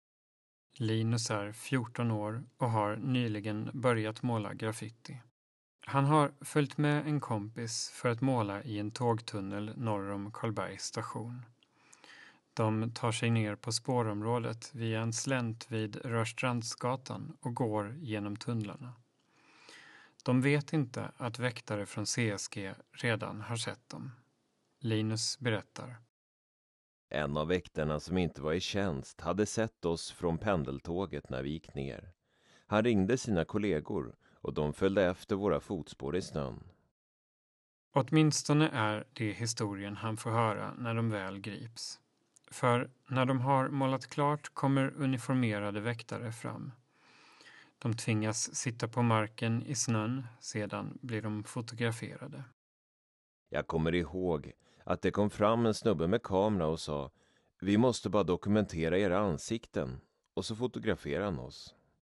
Linus är fjorton år och har nyligen börjat måla graffiti. Han har följt med en kompis för att måla i en tågtunnel norr om Karlbergs station. De tar sig ner på spårområdet via en slänt vid Rörstrandsgatan och går genom tunnlarna. De vet inte att väktare från C S G redan har sett dem. Linus berättar.
En av väktarna som inte var i tjänst hade sett oss från pendeltåget när vi gick ner. Han ringde sina kollegor och de följde efter våra fotspår i snön.
Åtminstone är det historien han får höra när de väl grips. För när de har målat klart kommer uniformerade väktare fram. De tvingas sitta på marken i snön, sedan blir de fotograferade.
Jag kommer ihåg att det kom fram en snubbe med kamera och sa: vi måste bara dokumentera era ansikten, och så fotograferade han oss.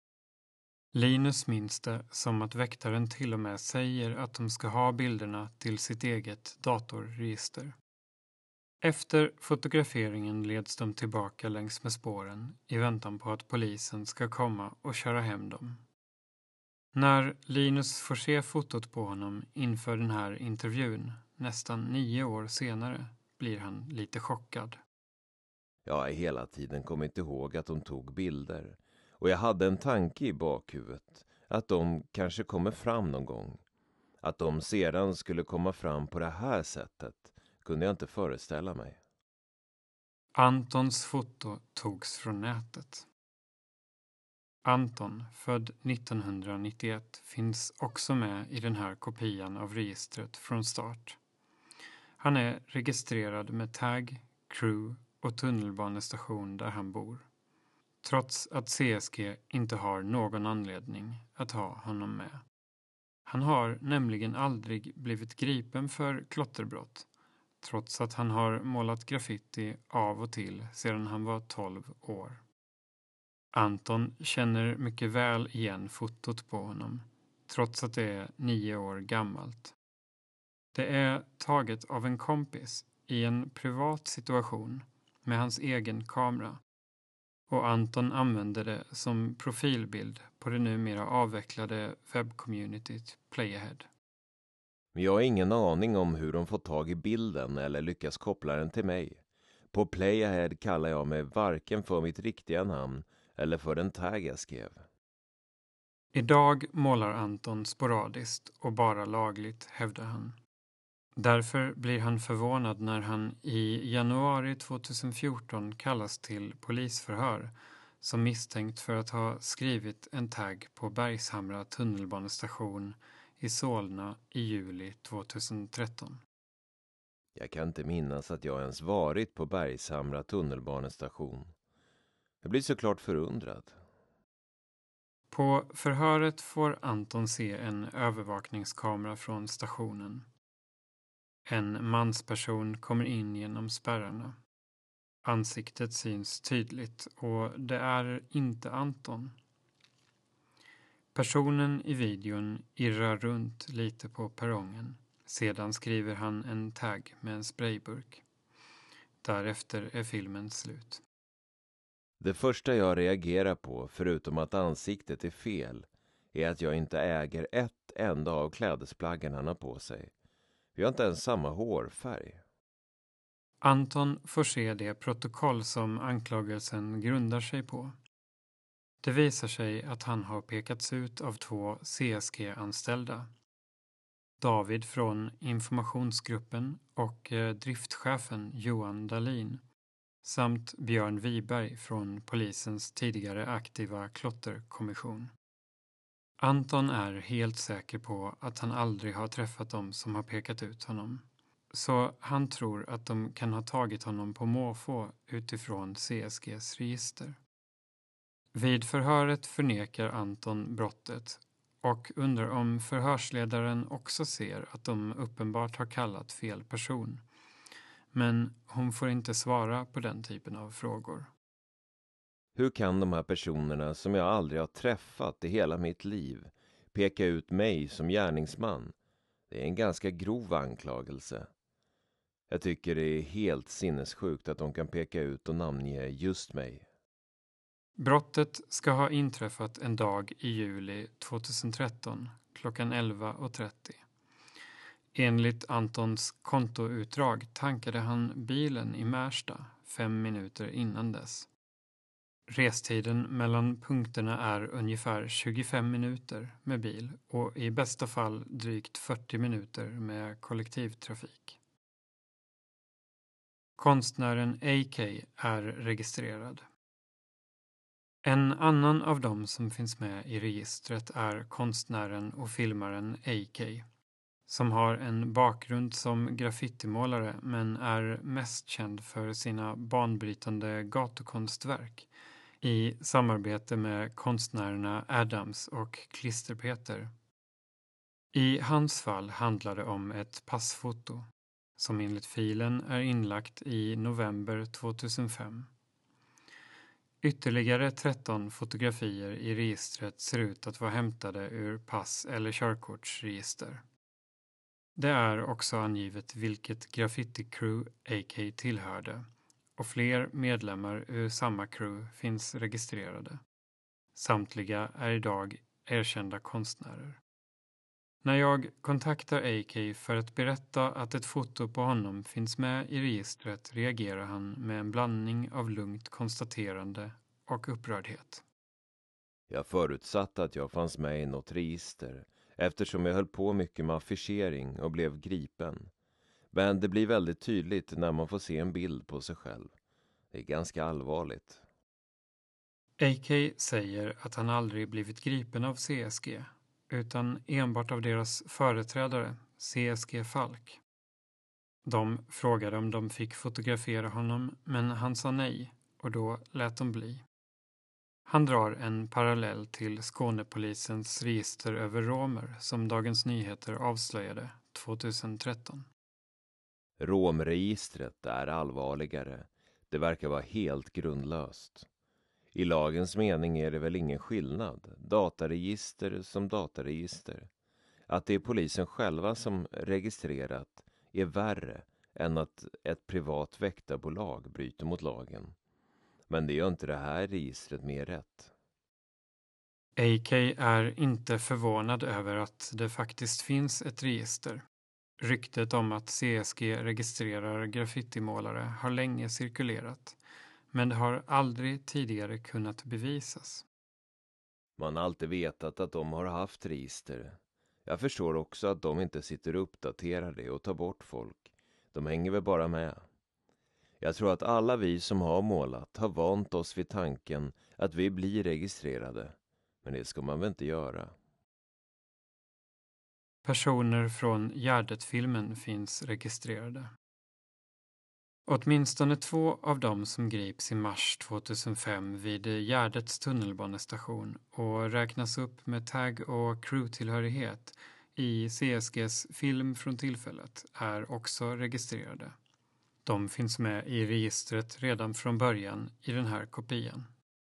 Linus minns det som att väktaren till och med säger att de ska ha bilderna till sitt eget datorregister. Efter fotograferingen leds de tillbaka längs med spåren i väntan på att polisen ska komma och köra hem dem. När Linus får se fotot på honom inför den här intervjun, nästan nio år senare, blir han lite chockad.
Jag har hela tiden kommit ihåg att de tog bilder, och jag hade en tanke i bakhuvudet att de kanske kommer fram någon gång. Att de sedan skulle komma fram på det här sättet kunde jag inte föreställa mig.
Antons foto togs från nätet. Anton, född nittonhundranittioett, finns också med i den här kopian av registret från start. Han är registrerad med tag, crew och tunnelbanestation där han bor. Trots att C S G inte har någon anledning att ha honom med. Han har nämligen aldrig blivit gripen för klotterbrott, trots att han har målat graffiti av och till sedan han var tolv år. Anton känner mycket väl igen fotot på honom, trots att det är nio år gammalt. Det är taget av en kompis i en privat situation med hans egen kamera, och Anton använder det som profilbild på det numera avvecklade webbcommunityt Playahead.
Men jag har ingen aning om hur de fått tag i bilden eller lyckas koppla den till mig. På Playahead kallar jag mig varken för mitt riktiga namn eller för den tag jag skrev.
Idag målar Anton sporadiskt och bara lagligt, hävdar han. Därför blir han förvånad när han i januari tjugohundrafjorton kallas till polisförhör som misstänkt för att ha skrivit en tagg på Bergshamra tunnelbanestation i Solna i juli tjugotretton.
Jag kan inte minnas att jag ens varit på Bergshamra tunnelbanestation. Jag blir såklart förundrad.
På förhöret får Anton se en övervakningskamera från stationen. En mansperson kommer in genom spärrarna. Ansiktet syns tydligt och det är inte Anton. Personen i videon irrar runt lite på perrongen. Sedan skriver han en tagg med en sprayburk. Därefter är filmen slut.
Det första jag reagerar på, förutom att ansiktet är fel, är att jag inte äger ett enda av klädesplaggen han har på sig. Vi har inte ens samma hårfärg.
Anton får se det protokoll som anklagelsen grundar sig på. Det visar sig att han har pekats ut av två C S G-anställda. David från informationsgruppen och driftchefen Johan Dahlin samt Björn Wiberg från polisens tidigare aktiva klotterkommission. Anton är helt säker på att han aldrig har träffat dem som har pekat ut honom. Så han tror att de kan ha tagit honom på måfå utifrån C S G:s register. Vid förhöret förnekar Anton brottet och undrar om förhörsledaren också ser att de uppenbart har kallat fel person. men hon får inte svara på den typen av frågor.
Hur kan de här personerna som jag aldrig har träffat i hela mitt liv peka ut mig som gärningsman? Det är en ganska grov anklagelse. Jag tycker det är helt sinnessjukt att de kan peka ut och namnge just mig.
Brottet ska ha inträffat en dag i juli tjugohundratretton klockan elva och trettio. Enligt Antons kontoutdrag tankade han bilen i Märsta fem minuter innan dess. Restiden mellan punkterna är ungefär tjugofem minuter med bil och i bästa fall drygt fyrtio minuter med kollektivtrafik. Konstnären A K är registrerad. En annan av dem som finns med i registret är konstnären och filmaren A K, som har en bakgrund som graffitimålare men är mest känd för sina banbrytande gatukonstverk i samarbete med konstnärerna Adams och Klisterpeter. I hans fall handlar det om ett passfoto som enligt filen är inlagt i november tjugohundrafem. Ytterligare tretton fotografier i registret ser ut att vara hämtade ur pass- eller körkortsregister. Det är också angivet vilket graffiti-crew A K tillhörde och fler medlemmar ur samma crew finns registrerade. Samtliga är idag erkända konstnärer. När jag kontaktar A K för att berätta att ett foto på honom finns med i registret reagerar han med en blandning av lugnt konstaterande och upprördhet.
Jag förutsatte att jag fanns med i något register eftersom jag höll på mycket med affischering och blev gripen. Men det blir väldigt tydligt när man får se en bild på sig själv. Det är ganska allvarligt.
A K säger att han aldrig blivit gripen av C S G utan enbart av deras företrädare, C S G Falk. De frågade om de fick fotografera honom, men han sa nej och då lät de bli. Han drar en parallell till Skånepolisens register över romer som Dagens Nyheter avslöjade tjugohundratretton.
Romregistret är allvarligare. Det verkar vara helt grundlöst. I lagens mening är det väl ingen skillnad. Dataregister som dataregister. Att det är polisen själva som registrerat är värre än att ett privat väktarbolag bryter mot lagen. Men det gör inte det här registret mer rätt.
A K är inte förvånad över att det faktiskt finns ett register. Ryktet om att C S G registrerar graffitimålare har länge cirkulerat, men det har aldrig tidigare kunnat bevisas.
Man har alltid vetat att de har haft register. Jag förstår också att de inte sitter och uppdaterar det och tar bort folk. De hänger väl bara med. Jag tror att alla vi som har målat har vant oss vid tanken att vi blir registrerade. Men det ska man väl inte göra.
Personer från Gärdet-filmen finns registrerade. Åtminstone två av dem som grips i mars tjugohundrafem vid Gärdets tunnelbanestation och räknas upp med tagg och crewtillhörighet i C S Gs film från tillfället är också registrerade. De finns med i registret redan från början i den här kopian.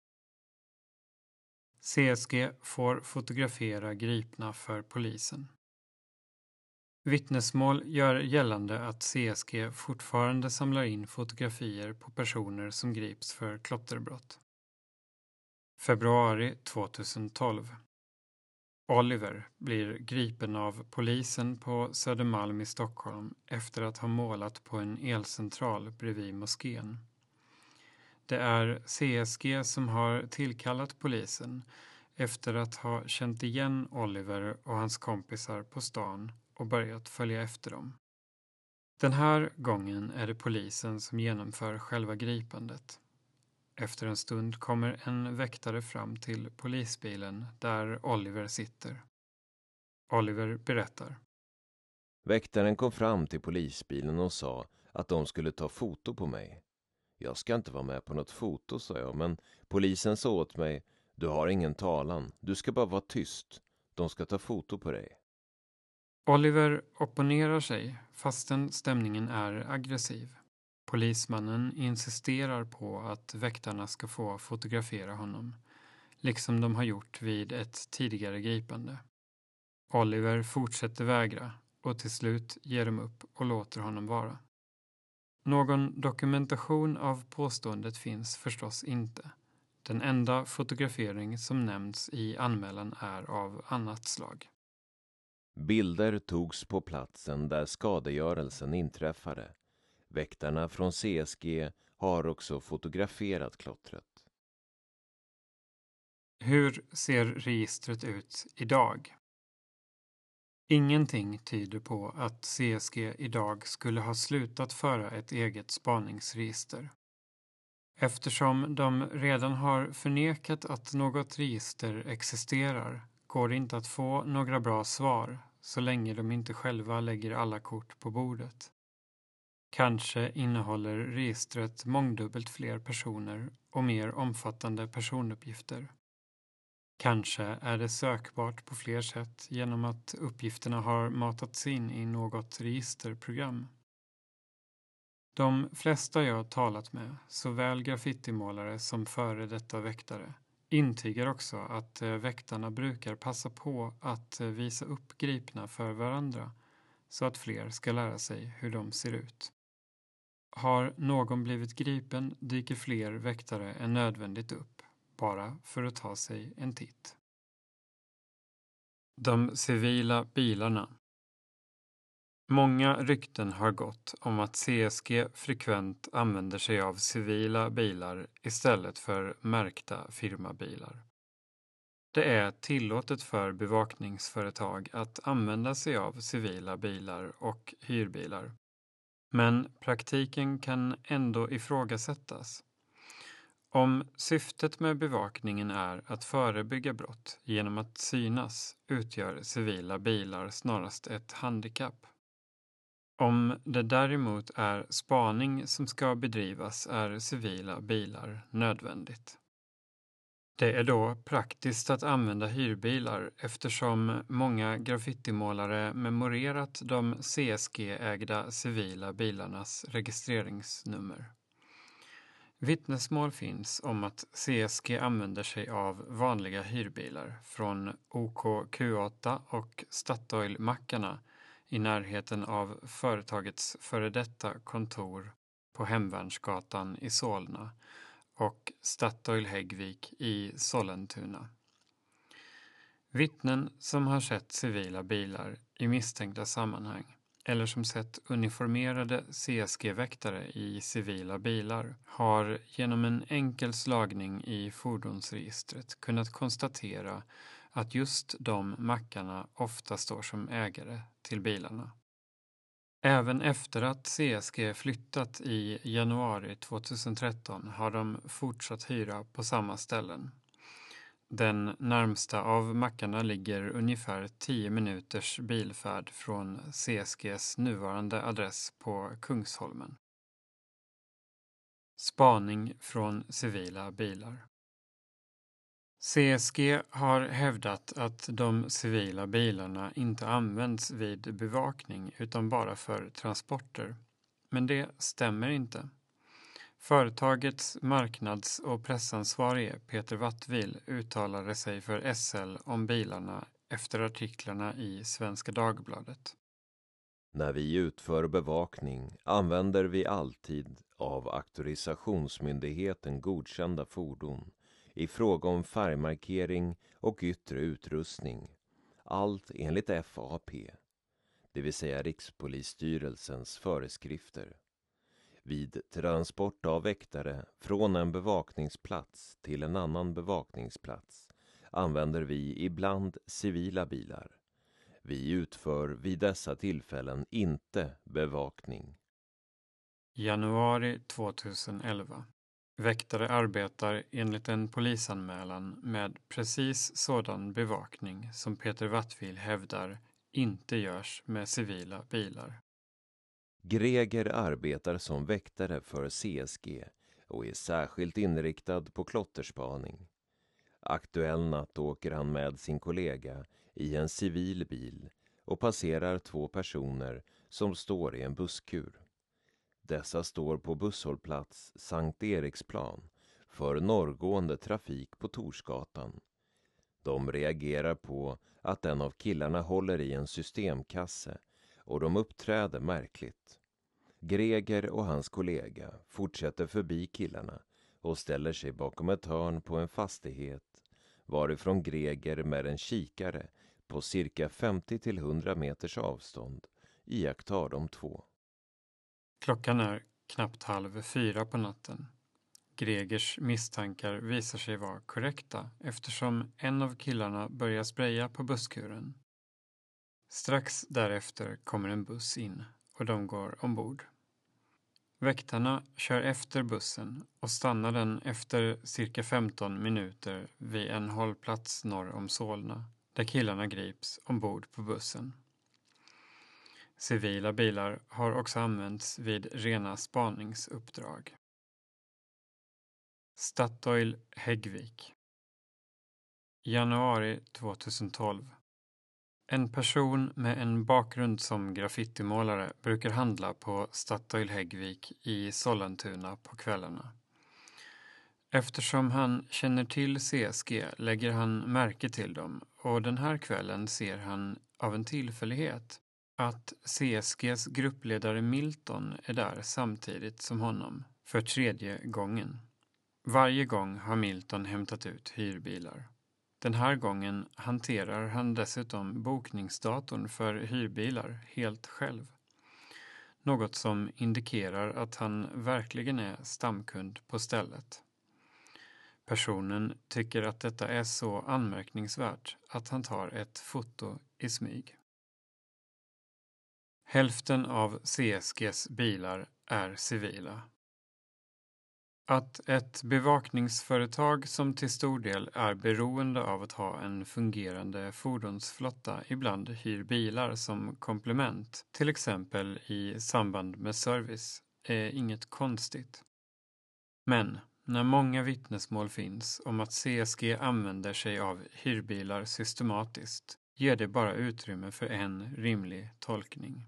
C S G får fotografera gripna för polisen. Vittnesmål gör gällande att C S G fortfarande samlar in fotografier på personer som grips för klotterbrott. Februari tjugotolv. Oliver blir gripen av polisen på Södermalm i Stockholm efter att ha målat på en elcentral bredvid moskén. Det är C S G som har tillkallat polisen efter att ha känt igen Oliver och hans kompisar på stan och börjat följa efter dem. Den här gången är det polisen som genomför själva gripandet. Efter en stund kommer en väktare fram till polisbilen där Oliver sitter. Oliver berättar.
Väktaren kom fram till polisbilen och sa att de skulle ta foto på mig. Jag ska inte vara med på något foto, sa jag, men polisen sa åt mig, du har ingen talan, du ska bara vara tyst. De ska ta foto på dig.
Oliver opponerar sig fastän stämningen är aggressiv. Polismannen insisterar på att väktarna ska få fotografera honom, liksom de har gjort vid ett tidigare gripande. Oliver fortsätter vägra och till slut ger de upp och låter honom vara. Någon dokumentation av påståendet finns förstås inte. Den enda fotografering som nämns i anmälan är av annat slag.
Bilder togs på platsen där skadegörelsen inträffade. Väktarna från C S G har också fotograferat klottret.
Hur ser registret ut idag? Ingenting tyder på att C S G idag skulle ha slutat föra ett eget spaningsregister. Eftersom de redan har förnekat att något register existerar går det inte att få några bra svar så länge de inte själva lägger alla kort på bordet. Kanske innehåller registret mångdubbelt fler personer och mer omfattande personuppgifter. Kanske är det sökbart på fler sätt genom att uppgifterna har matats in i något registerprogram. De flesta jag talat med, såväl graffitimålare som före detta väktare, intygar också att väktarna brukar passa på att visa upp gripna för varandra så att fler ska lära sig hur de ser ut. Har någon blivit gripen dyker fler väktare än nödvändigt upp, bara för att ta sig en titt. De civila bilarna. Många rykten har gått om att C S G frekvent använder sig av civila bilar istället för märkta firmabilar. Det är tillåtet för bevakningsföretag att använda sig av civila bilar och hyrbilar. Men praktiken kan ändå ifrågasättas. Om syftet med bevakningen är att förebygga brott genom att synas utgör civila bilar snarast ett handikapp. Om det däremot är spaning som ska bedrivas är civila bilar nödvändigt. Det är då praktiskt att använda hyrbilar eftersom många graffitimålare memorerat de C S G-ägda civila bilarnas registreringsnummer. Vittnesmål finns om att C S G använder sig av vanliga hyrbilar från O K Q åtta och Statoil-mackarna i närheten av företagets före detta kontor på Hemvärnsgatan i Solna och Statoil Häggvik i Sollentuna. Vittnen som har sett civila bilar i misstänkta sammanhang eller som sett uniformerade C S G-väktare i civila bilar har genom en enkel slagning i fordonsregistret kunnat konstatera att just de mackarna ofta står som ägare till bilarna. Även efter att C S G flyttat i januari tjugohundratretton har de fortsatt hyra på samma ställen. Den närmsta av mackarna ligger ungefär tio minuters bilfärd från C S G:s nuvarande adress på Kungsholmen. Spaning från civila bilar. C S G har hävdat att de civila bilarna inte används vid bevakning utan bara för transporter. Men det stämmer inte. Företagets marknads- och pressansvarige Peter Wattvil uttalade sig för S L om bilarna efter artiklarna i Svenska Dagbladet.
När vi utför bevakning använder vi alltid av auktorisationsmyndigheten godkända fordon i fråga om färgmarkering och yttre utrustning. Allt enligt F A P, det vill säga Rikspolisstyrelsens föreskrifter. Vid transport av väktare från en bevakningsplats till en annan bevakningsplats använder vi ibland civila bilar. Vi utför vid dessa tillfällen inte bevakning.
Januari tjugoelva. Väktare arbetar enligt en polisanmälan med precis sådan bevakning som Peter Wattvil hävdar inte görs med civila bilar.
Greger arbetar som väktare för C S G och är särskilt inriktad på klotterspaning. Aktuell natt åker han med sin kollega i en civil bil och passerar två personer som står i en busskur. Dessa står på busshållplats Sankt Eriksplan för norrgående trafik på Torsgatan. De reagerar på att en av killarna håller i en systemkasse och de uppträder märkligt. Greger och hans kollega fortsätter förbi killarna och ställer sig bakom ett hörn på en fastighet varifrån Greger med en kikare på cirka femtio till hundra meters avstånd iakttar de två.
Klockan är knappt halv fyra på natten. Gregers misstankar visar sig vara korrekta eftersom en av killarna börjar spraya på busskuren. Strax därefter kommer en buss in och de går ombord. Väktarna kör efter bussen och stannar den efter cirka femton minuter vid en hållplats norr om Solna, där killarna grips ombord på bussen. Civila bilar har också använts vid rena spaningsuppdrag. Statoil Häggvik. Januari tjugohundratolv. En person med en bakgrund som graffitimålare brukar handla på Statoil Häggvik i Sollentuna på kvällarna. Eftersom han känner till C S G lägger han märke till dem och den här kvällen ser han av en tillfällighet att C S Gs gruppledare Milton är där samtidigt som honom för tredje gången. Varje gång har Milton hämtat ut hyrbilar. Den här gången hanterar han dessutom bokningsdatorn för hyrbilar helt själv. Något som indikerar att han verkligen är stamkund på stället. Personen tycker att detta är så anmärkningsvärt att han tar ett foto i smyg. Hälften av C S Gs bilar är civila. Att ett bevakningsföretag som till stor del är beroende av att ha en fungerande fordonsflotta ibland hyr bilar som komplement, till exempel i samband med service, är inget konstigt. Men när många vittnesmål finns om att C S G använder sig av hyrbilar systematiskt ger det bara utrymme för en rimlig tolkning.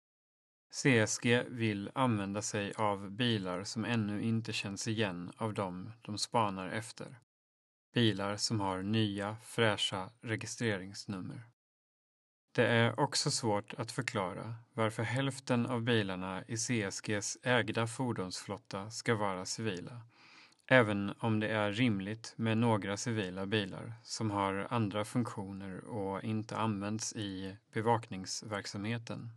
C S G vill använda sig av bilar som ännu inte känns igen av dem de spanar efter. Bilar som har nya, fräscha registreringsnummer. Det är också svårt att förklara varför hälften av bilarna i C S Gs ägda fordonsflotta ska vara civila, även om det är rimligt med några civila bilar som har andra funktioner och inte används i bevakningsverksamheten.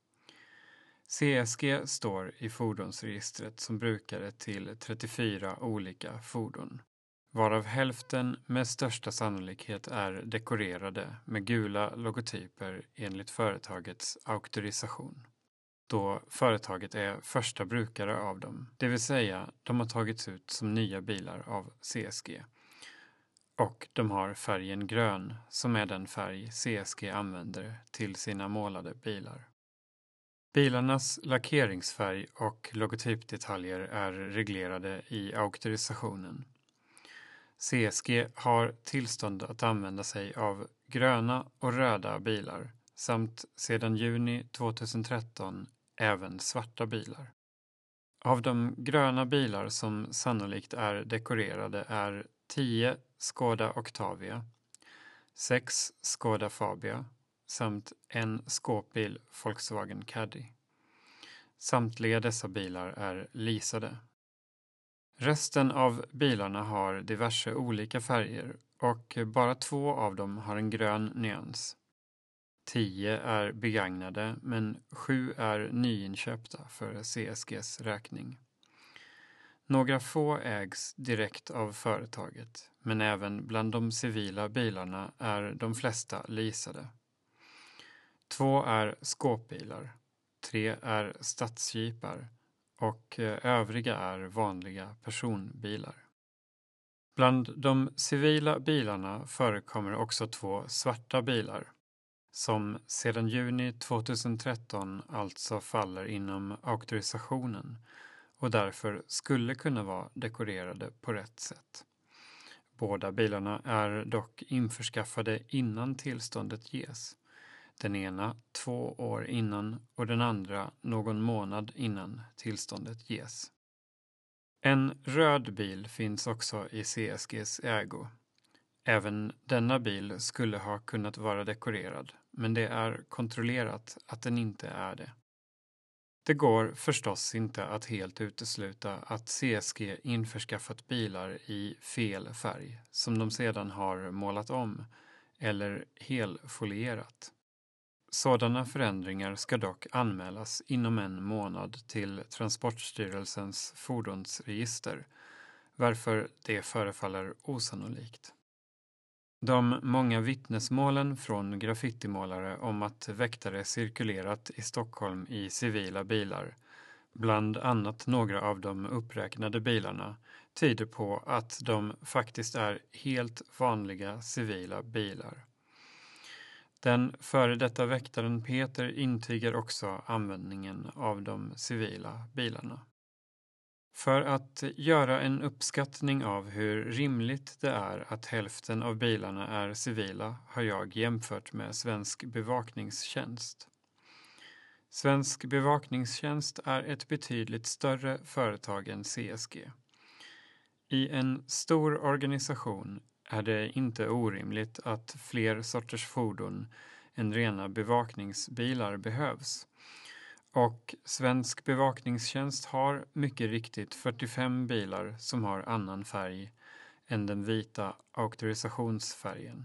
C S G står i fordonsregistret som brukare till trettiofyra olika fordon, varav hälften med största sannolikhet är dekorerade med gula logotyper enligt företagets auktorisation. Då företaget är första brukare av dem, det vill säga de har tagits ut som nya bilar av C S G. Och de har färgen grön som är den färg C S G använder till sina målade bilar. Bilarnas lackeringsfärg och logotypdetaljer är reglerade i auktorisationen. C S G har tillstånd att använda sig av gröna och röda bilar samt sedan juni tjugotretton även svarta bilar. Av de gröna bilar som sannolikt är dekorerade är tio Skoda Octavia, sex Skoda Fabia samt en skåpbil Volkswagen Caddy. Samtliga dessa bilar är leasade. Resten av bilarna har diverse olika färger och bara två av dem har en grön nyans. Tio är begagnade men sju är nyinköpta för C S Gs räkning. Några få ägs direkt av företaget, men även bland de civila bilarna är de flesta leasade. Två är skåpbilar, tre är stadsjeepar och övriga är vanliga personbilar. Bland de civila bilarna förekommer också två svarta bilar, som sedan juni tjugotretton alltså faller inom auktorisationen och därför skulle kunna vara dekorerade på rätt sätt. Båda bilarna är dock införskaffade innan tillståndet ges. Den ena två år innan och den andra någon månad innan tillståndet ges. En röd bil finns också i C S G:s ägo. Även denna bil skulle ha kunnat vara dekorerad, men det är kontrollerat att den inte är det. Det går förstås inte att helt utesluta att C S G införskaffat bilar i fel färg som de sedan har målat om eller helfolierat. Sådana förändringar ska dock anmälas inom en månad till Transportstyrelsens fordonsregister, varför det förefaller osannolikt. De många vittnesmålen från graffitimålare om att väktare cirkulerat i Stockholm i civila bilar, bland annat några av de uppräknade bilarna, tyder på att de faktiskt är helt vanliga civila bilar. Den före detta väktaren Peter intygar också användningen av de civila bilarna. För att göra en uppskattning av hur rimligt det är att hälften av bilarna är civila har jag jämfört med Svensk bevakningstjänst. Svensk bevakningstjänst är ett betydligt större företag än C S G. I en stor organisation är det inte orimligt att fler sorters fordon än rena bevakningsbilar behövs. Och Svensk bevakningstjänst har mycket riktigt fyrtiofem bilar som har annan färg än den vita auktorisationsfärgen.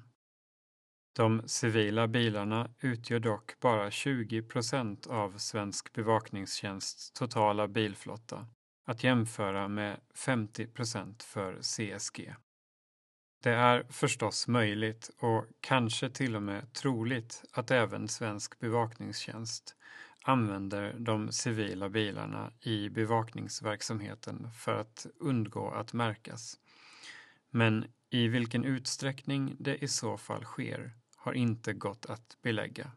De civila bilarna utgör dock bara tjugo procent av Svensk bevakningstjänsts totala bilflotta, att jämföra med femtio procent för C S G. Det är förstås möjligt och kanske till och med troligt att även Svensk bevakningstjänst använder de civila bilarna i bevakningsverksamheten för att undgå att märkas. Men i vilken utsträckning det i så fall sker har inte gått att belägga.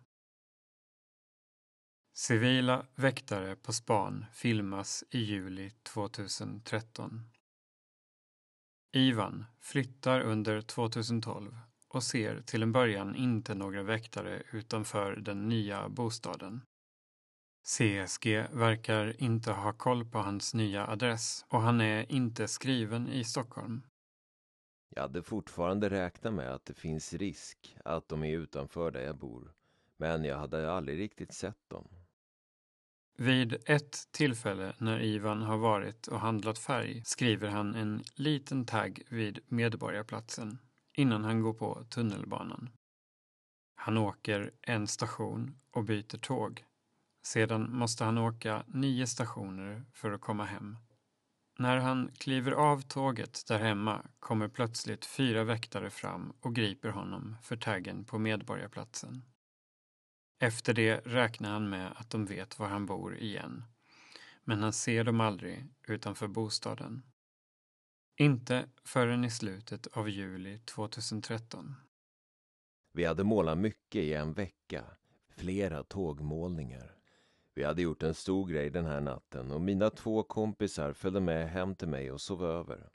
Civila väktare på span filmas i juli tjugohundratretton. Ivan flyttar under tjugotolv och ser till en början inte några väktare utanför den nya bostaden. C S G verkar inte ha koll på hans nya adress och han är inte skriven i Stockholm.
Jag hade fortfarande räknat med att det finns risk att de är utanför där jag bor, men jag hade aldrig riktigt sett dem.
Vid ett tillfälle när Ivan har varit och handlat färg skriver han en liten tagg vid Medborgarplatsen innan han går på tunnelbanan. Han åker en station och byter tåg. Sedan måste han åka nio stationer för att komma hem. När han kliver av tåget där hemma kommer plötsligt fyra väktare fram och griper honom för taggen på Medborgarplatsen. Efter det räknar han med att de vet var han bor igen. Men han ser dem aldrig utanför bostaden. Inte förrän i slutet av juli tjugotretton.
Vi hade målat mycket i en vecka, flera tågmålningar. Vi hade gjort en stor grej den här natten och mina två kompisar följde med hem till mig och sov över.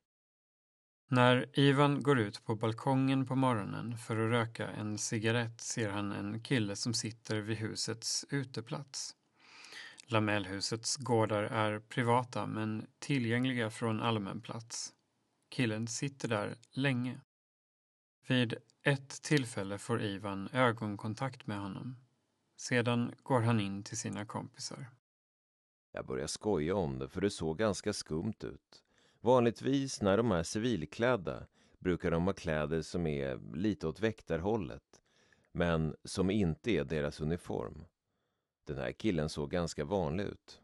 När Ivan går ut på balkongen på morgonen för att röka en cigarett ser han en kille som sitter vid husets uteplats. Lamellhusets gårdar är privata men tillgängliga från allmän plats. Killen sitter där länge. Vid ett tillfälle får Ivan ögonkontakt med honom. Sedan går han in till sina kompisar.
Jag började skoja om det för det såg ganska skumt ut. Vanligtvis när de är civilklädda brukar de ha kläder som är lite åt väktarhållet, men som inte är deras uniform. Den här killen såg ganska vanlig ut.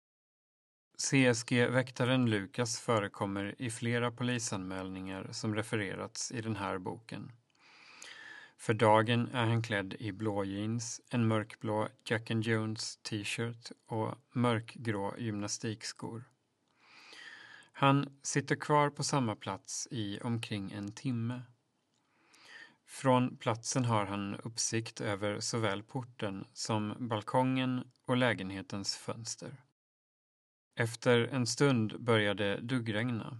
C S G-väktaren Lukas förekommer i flera polisanmälningar som refererats i den här boken. För dagen är han klädd i blå jeans, en mörkblå Jack and Jones t-shirt och mörkgrå gymnastikskor. Han sitter kvar på samma plats i omkring en timme. Från platsen har han uppsikt över såväl porten som balkongen och lägenhetens fönster. Efter en stund börjar det duggregna.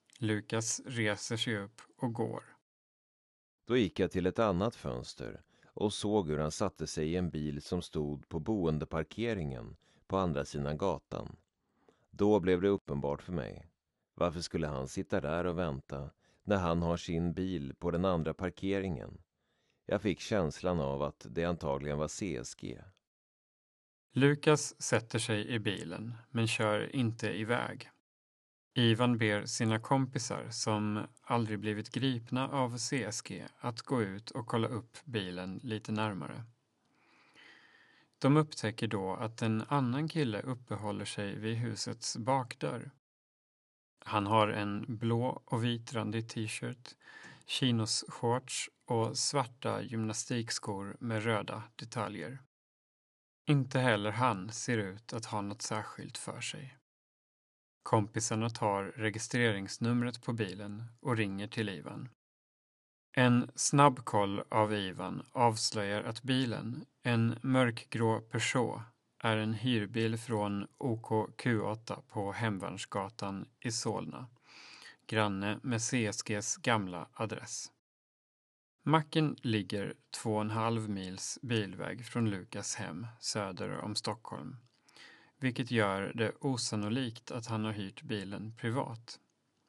Lukas reser sig upp och går.
Då gick jag till ett annat fönster och såg hur han satte sig i en bil som stod på boendeparkeringen på andra sidan gatan. Då blev det uppenbart för mig. Varför skulle han sitta där och vänta när han har sin bil på den andra parkeringen? Jag fick känslan av att det antagligen var C S G.
Lukas sätter sig i bilen men kör inte iväg. Ivan ber sina kompisar som aldrig blivit gripna av C S G att gå ut och kolla upp bilen lite närmare. De upptäcker då att en annan kille uppehåller sig vid husets bakdörr. Han har en blå och vitrandig t-shirt, chinos-shorts och svarta gymnastikskor med röda detaljer. Inte heller han ser ut att ha något särskilt för sig. Kompisarna tar registreringsnumret på bilen och ringer till Ivan. En snabb koll av Ivan avslöjar att bilen, en mörkgrå Peugeot, är en hyrbil från O K Q åtta på Hemvärnsgatan i Solna, granne med C S G:s gamla adress. Macken ligger två och en halv mils bilväg från Lukas hem söder om Stockholm, vilket gör det osannolikt att han har hyrt bilen privat.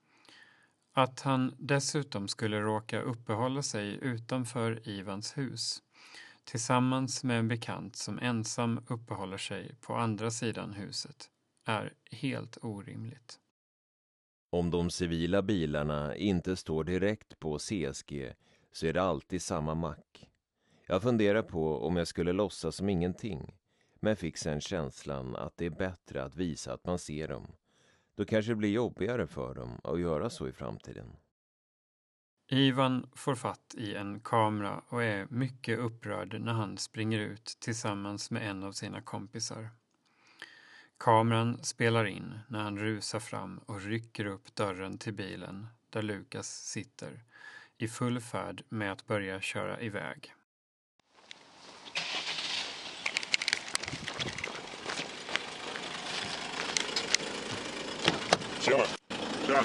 Att han dessutom skulle råka uppehålla sig utanför Ivans hus, tillsammans med en bekant som ensam uppehåller sig på andra sidan huset, är helt orimligt.
Om de civila bilarna inte står direkt på C S G så är det alltid samma mack. Jag funderar på om jag skulle låtsas som ingenting, men fick sen känslan att det är bättre att visa att man ser dem. Då kanske det blir jobbigare för dem att göra så i framtiden.
Ivan får fatt i en kamera och är mycket upprörd när han springer ut tillsammans med en av sina kompisar. Kameran spelar in när han rusar fram och rycker upp dörren till bilen där Lukas sitter, i full färd med att börja köra iväg.
Tjena! Tjena!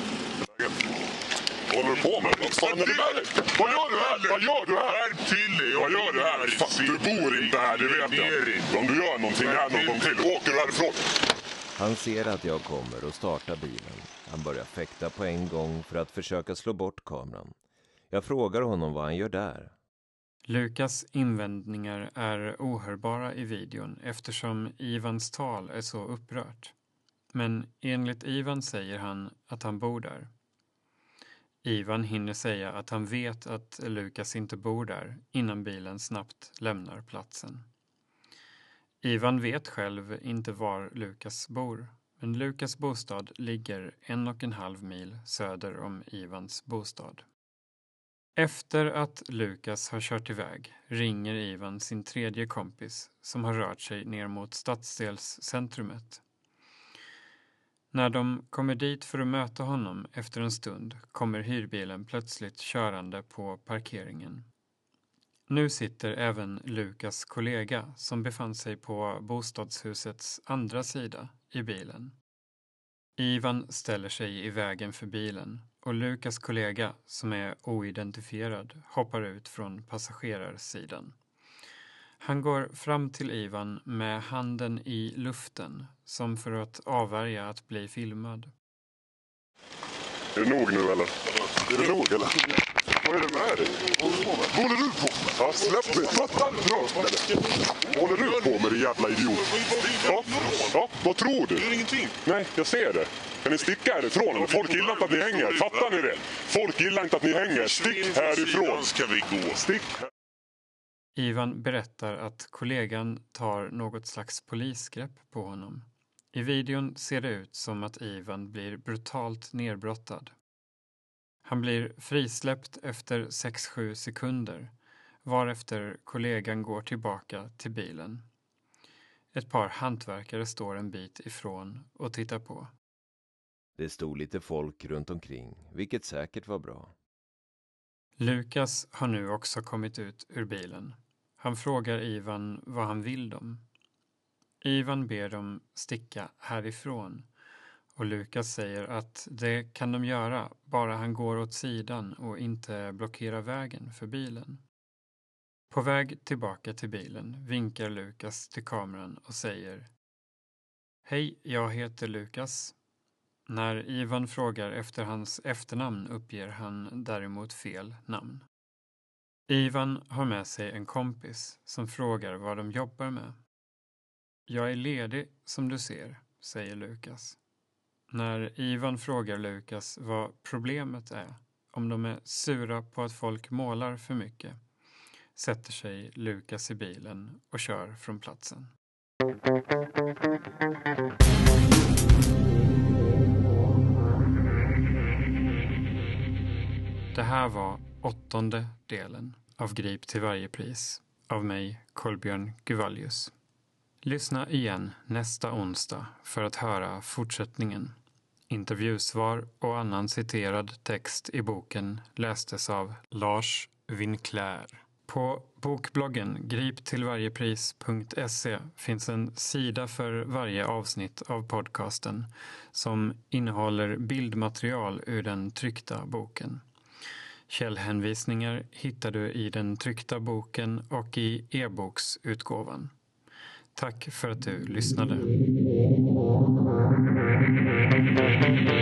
Vad håller du på med? Vad fan är det där? Vad gör du här? Vad gör du här?
Skärp till dig!
Vad gör du här? Fan, du bor inte här, det vet jag. Om du gör någonting här någon gång till, åker du härifrån.
Han ser att jag kommer och startar bilen. Han börjar fäkta på en gång för att försöka slå bort kameran. Jag frågar honom vad han gör där.
Lukas invändningar är ohörbara i videon eftersom Ivans tal är så upprört. Men enligt Ivan säger han att han bor där. Ivan hinner säga att han vet att Lukas inte bor där innan bilen snabbt lämnar platsen. Ivan vet själv inte var Lukas bor, men Lukas bostad ligger en och en halv mil söder om Ivans bostad. Efter att Lukas har kört iväg ringer Ivan sin tredje kompis som har rört sig ner mot stadsdelscentrumet. När de kommer dit för att möta honom efter en stund kommer hyrbilen plötsligt körande på parkeringen. Nu sitter även Lukas kollega som befann sig på bostadshusets andra sida i bilen. Ivan ställer sig i vägen för bilen och Lukas kollega som är oidentifierad hoppar ut från passagerarsidan. Han går fram till Ivan med handen i luften som för att avvärja att bli filmad.
Är det nog nu eller? Är det nog eller? Vad är det med dig? Vad håller du på med? Ja, släpp mig. Vad håller du på med, din jävla idiot? Ja, ja, vad tror du?
Det är ingenting.
Nej, jag ser det. Kan ni sticka härifrån? Folk gillar inte att ni hänger. Fattar ni det? Folk gillar inte att ni hänger. Stick härifrån.
Ska vi gå?
Stick.
Ivan berättar att kollegan tar något slags polisgrepp på honom. I videon ser det ut som att Ivan blir brutalt nerbrottad. Han blir frisläppt efter sex sju sekunder, varefter kollegan går tillbaka till bilen. Ett par hantverkare står en bit ifrån och tittar på.
Det stod lite folk runt omkring, vilket säkert var bra.
Lukas har nu också kommit ut ur bilen. Han frågar Ivan vad han vill dem. Ivan ber dem sticka härifrån och Lukas säger att det kan de göra bara han går åt sidan och inte blockerar vägen för bilen. På väg tillbaka till bilen vinkar Lukas till kameran och säger: Hej, jag heter Lukas. När Ivan frågar efter hans efternamn uppger han däremot fel namn. Ivan har med sig en kompis som frågar vad de jobbar med. Jag är ledig som du ser, säger Lukas. När Ivan frågar Lukas vad problemet är, om de är sura på att folk målar för mycket, sätter sig Lukas i bilen och kör från platsen. Det här var åttonde delen av Grip till varje pris av mig, Kolbjörn Guvallius. Lyssna igen nästa onsdag för att höra fortsättningen. Intervjusvar och annan citerad text i boken lästes av Lars Winclair. På bokbloggen grip till varje pris punkt se finns en sida för varje avsnitt av podcasten som innehåller bildmaterial ur den tryckta boken. Källhänvisningar hittar du i den tryckta boken och i e-boksutgåvan. Tack för att du lyssnade.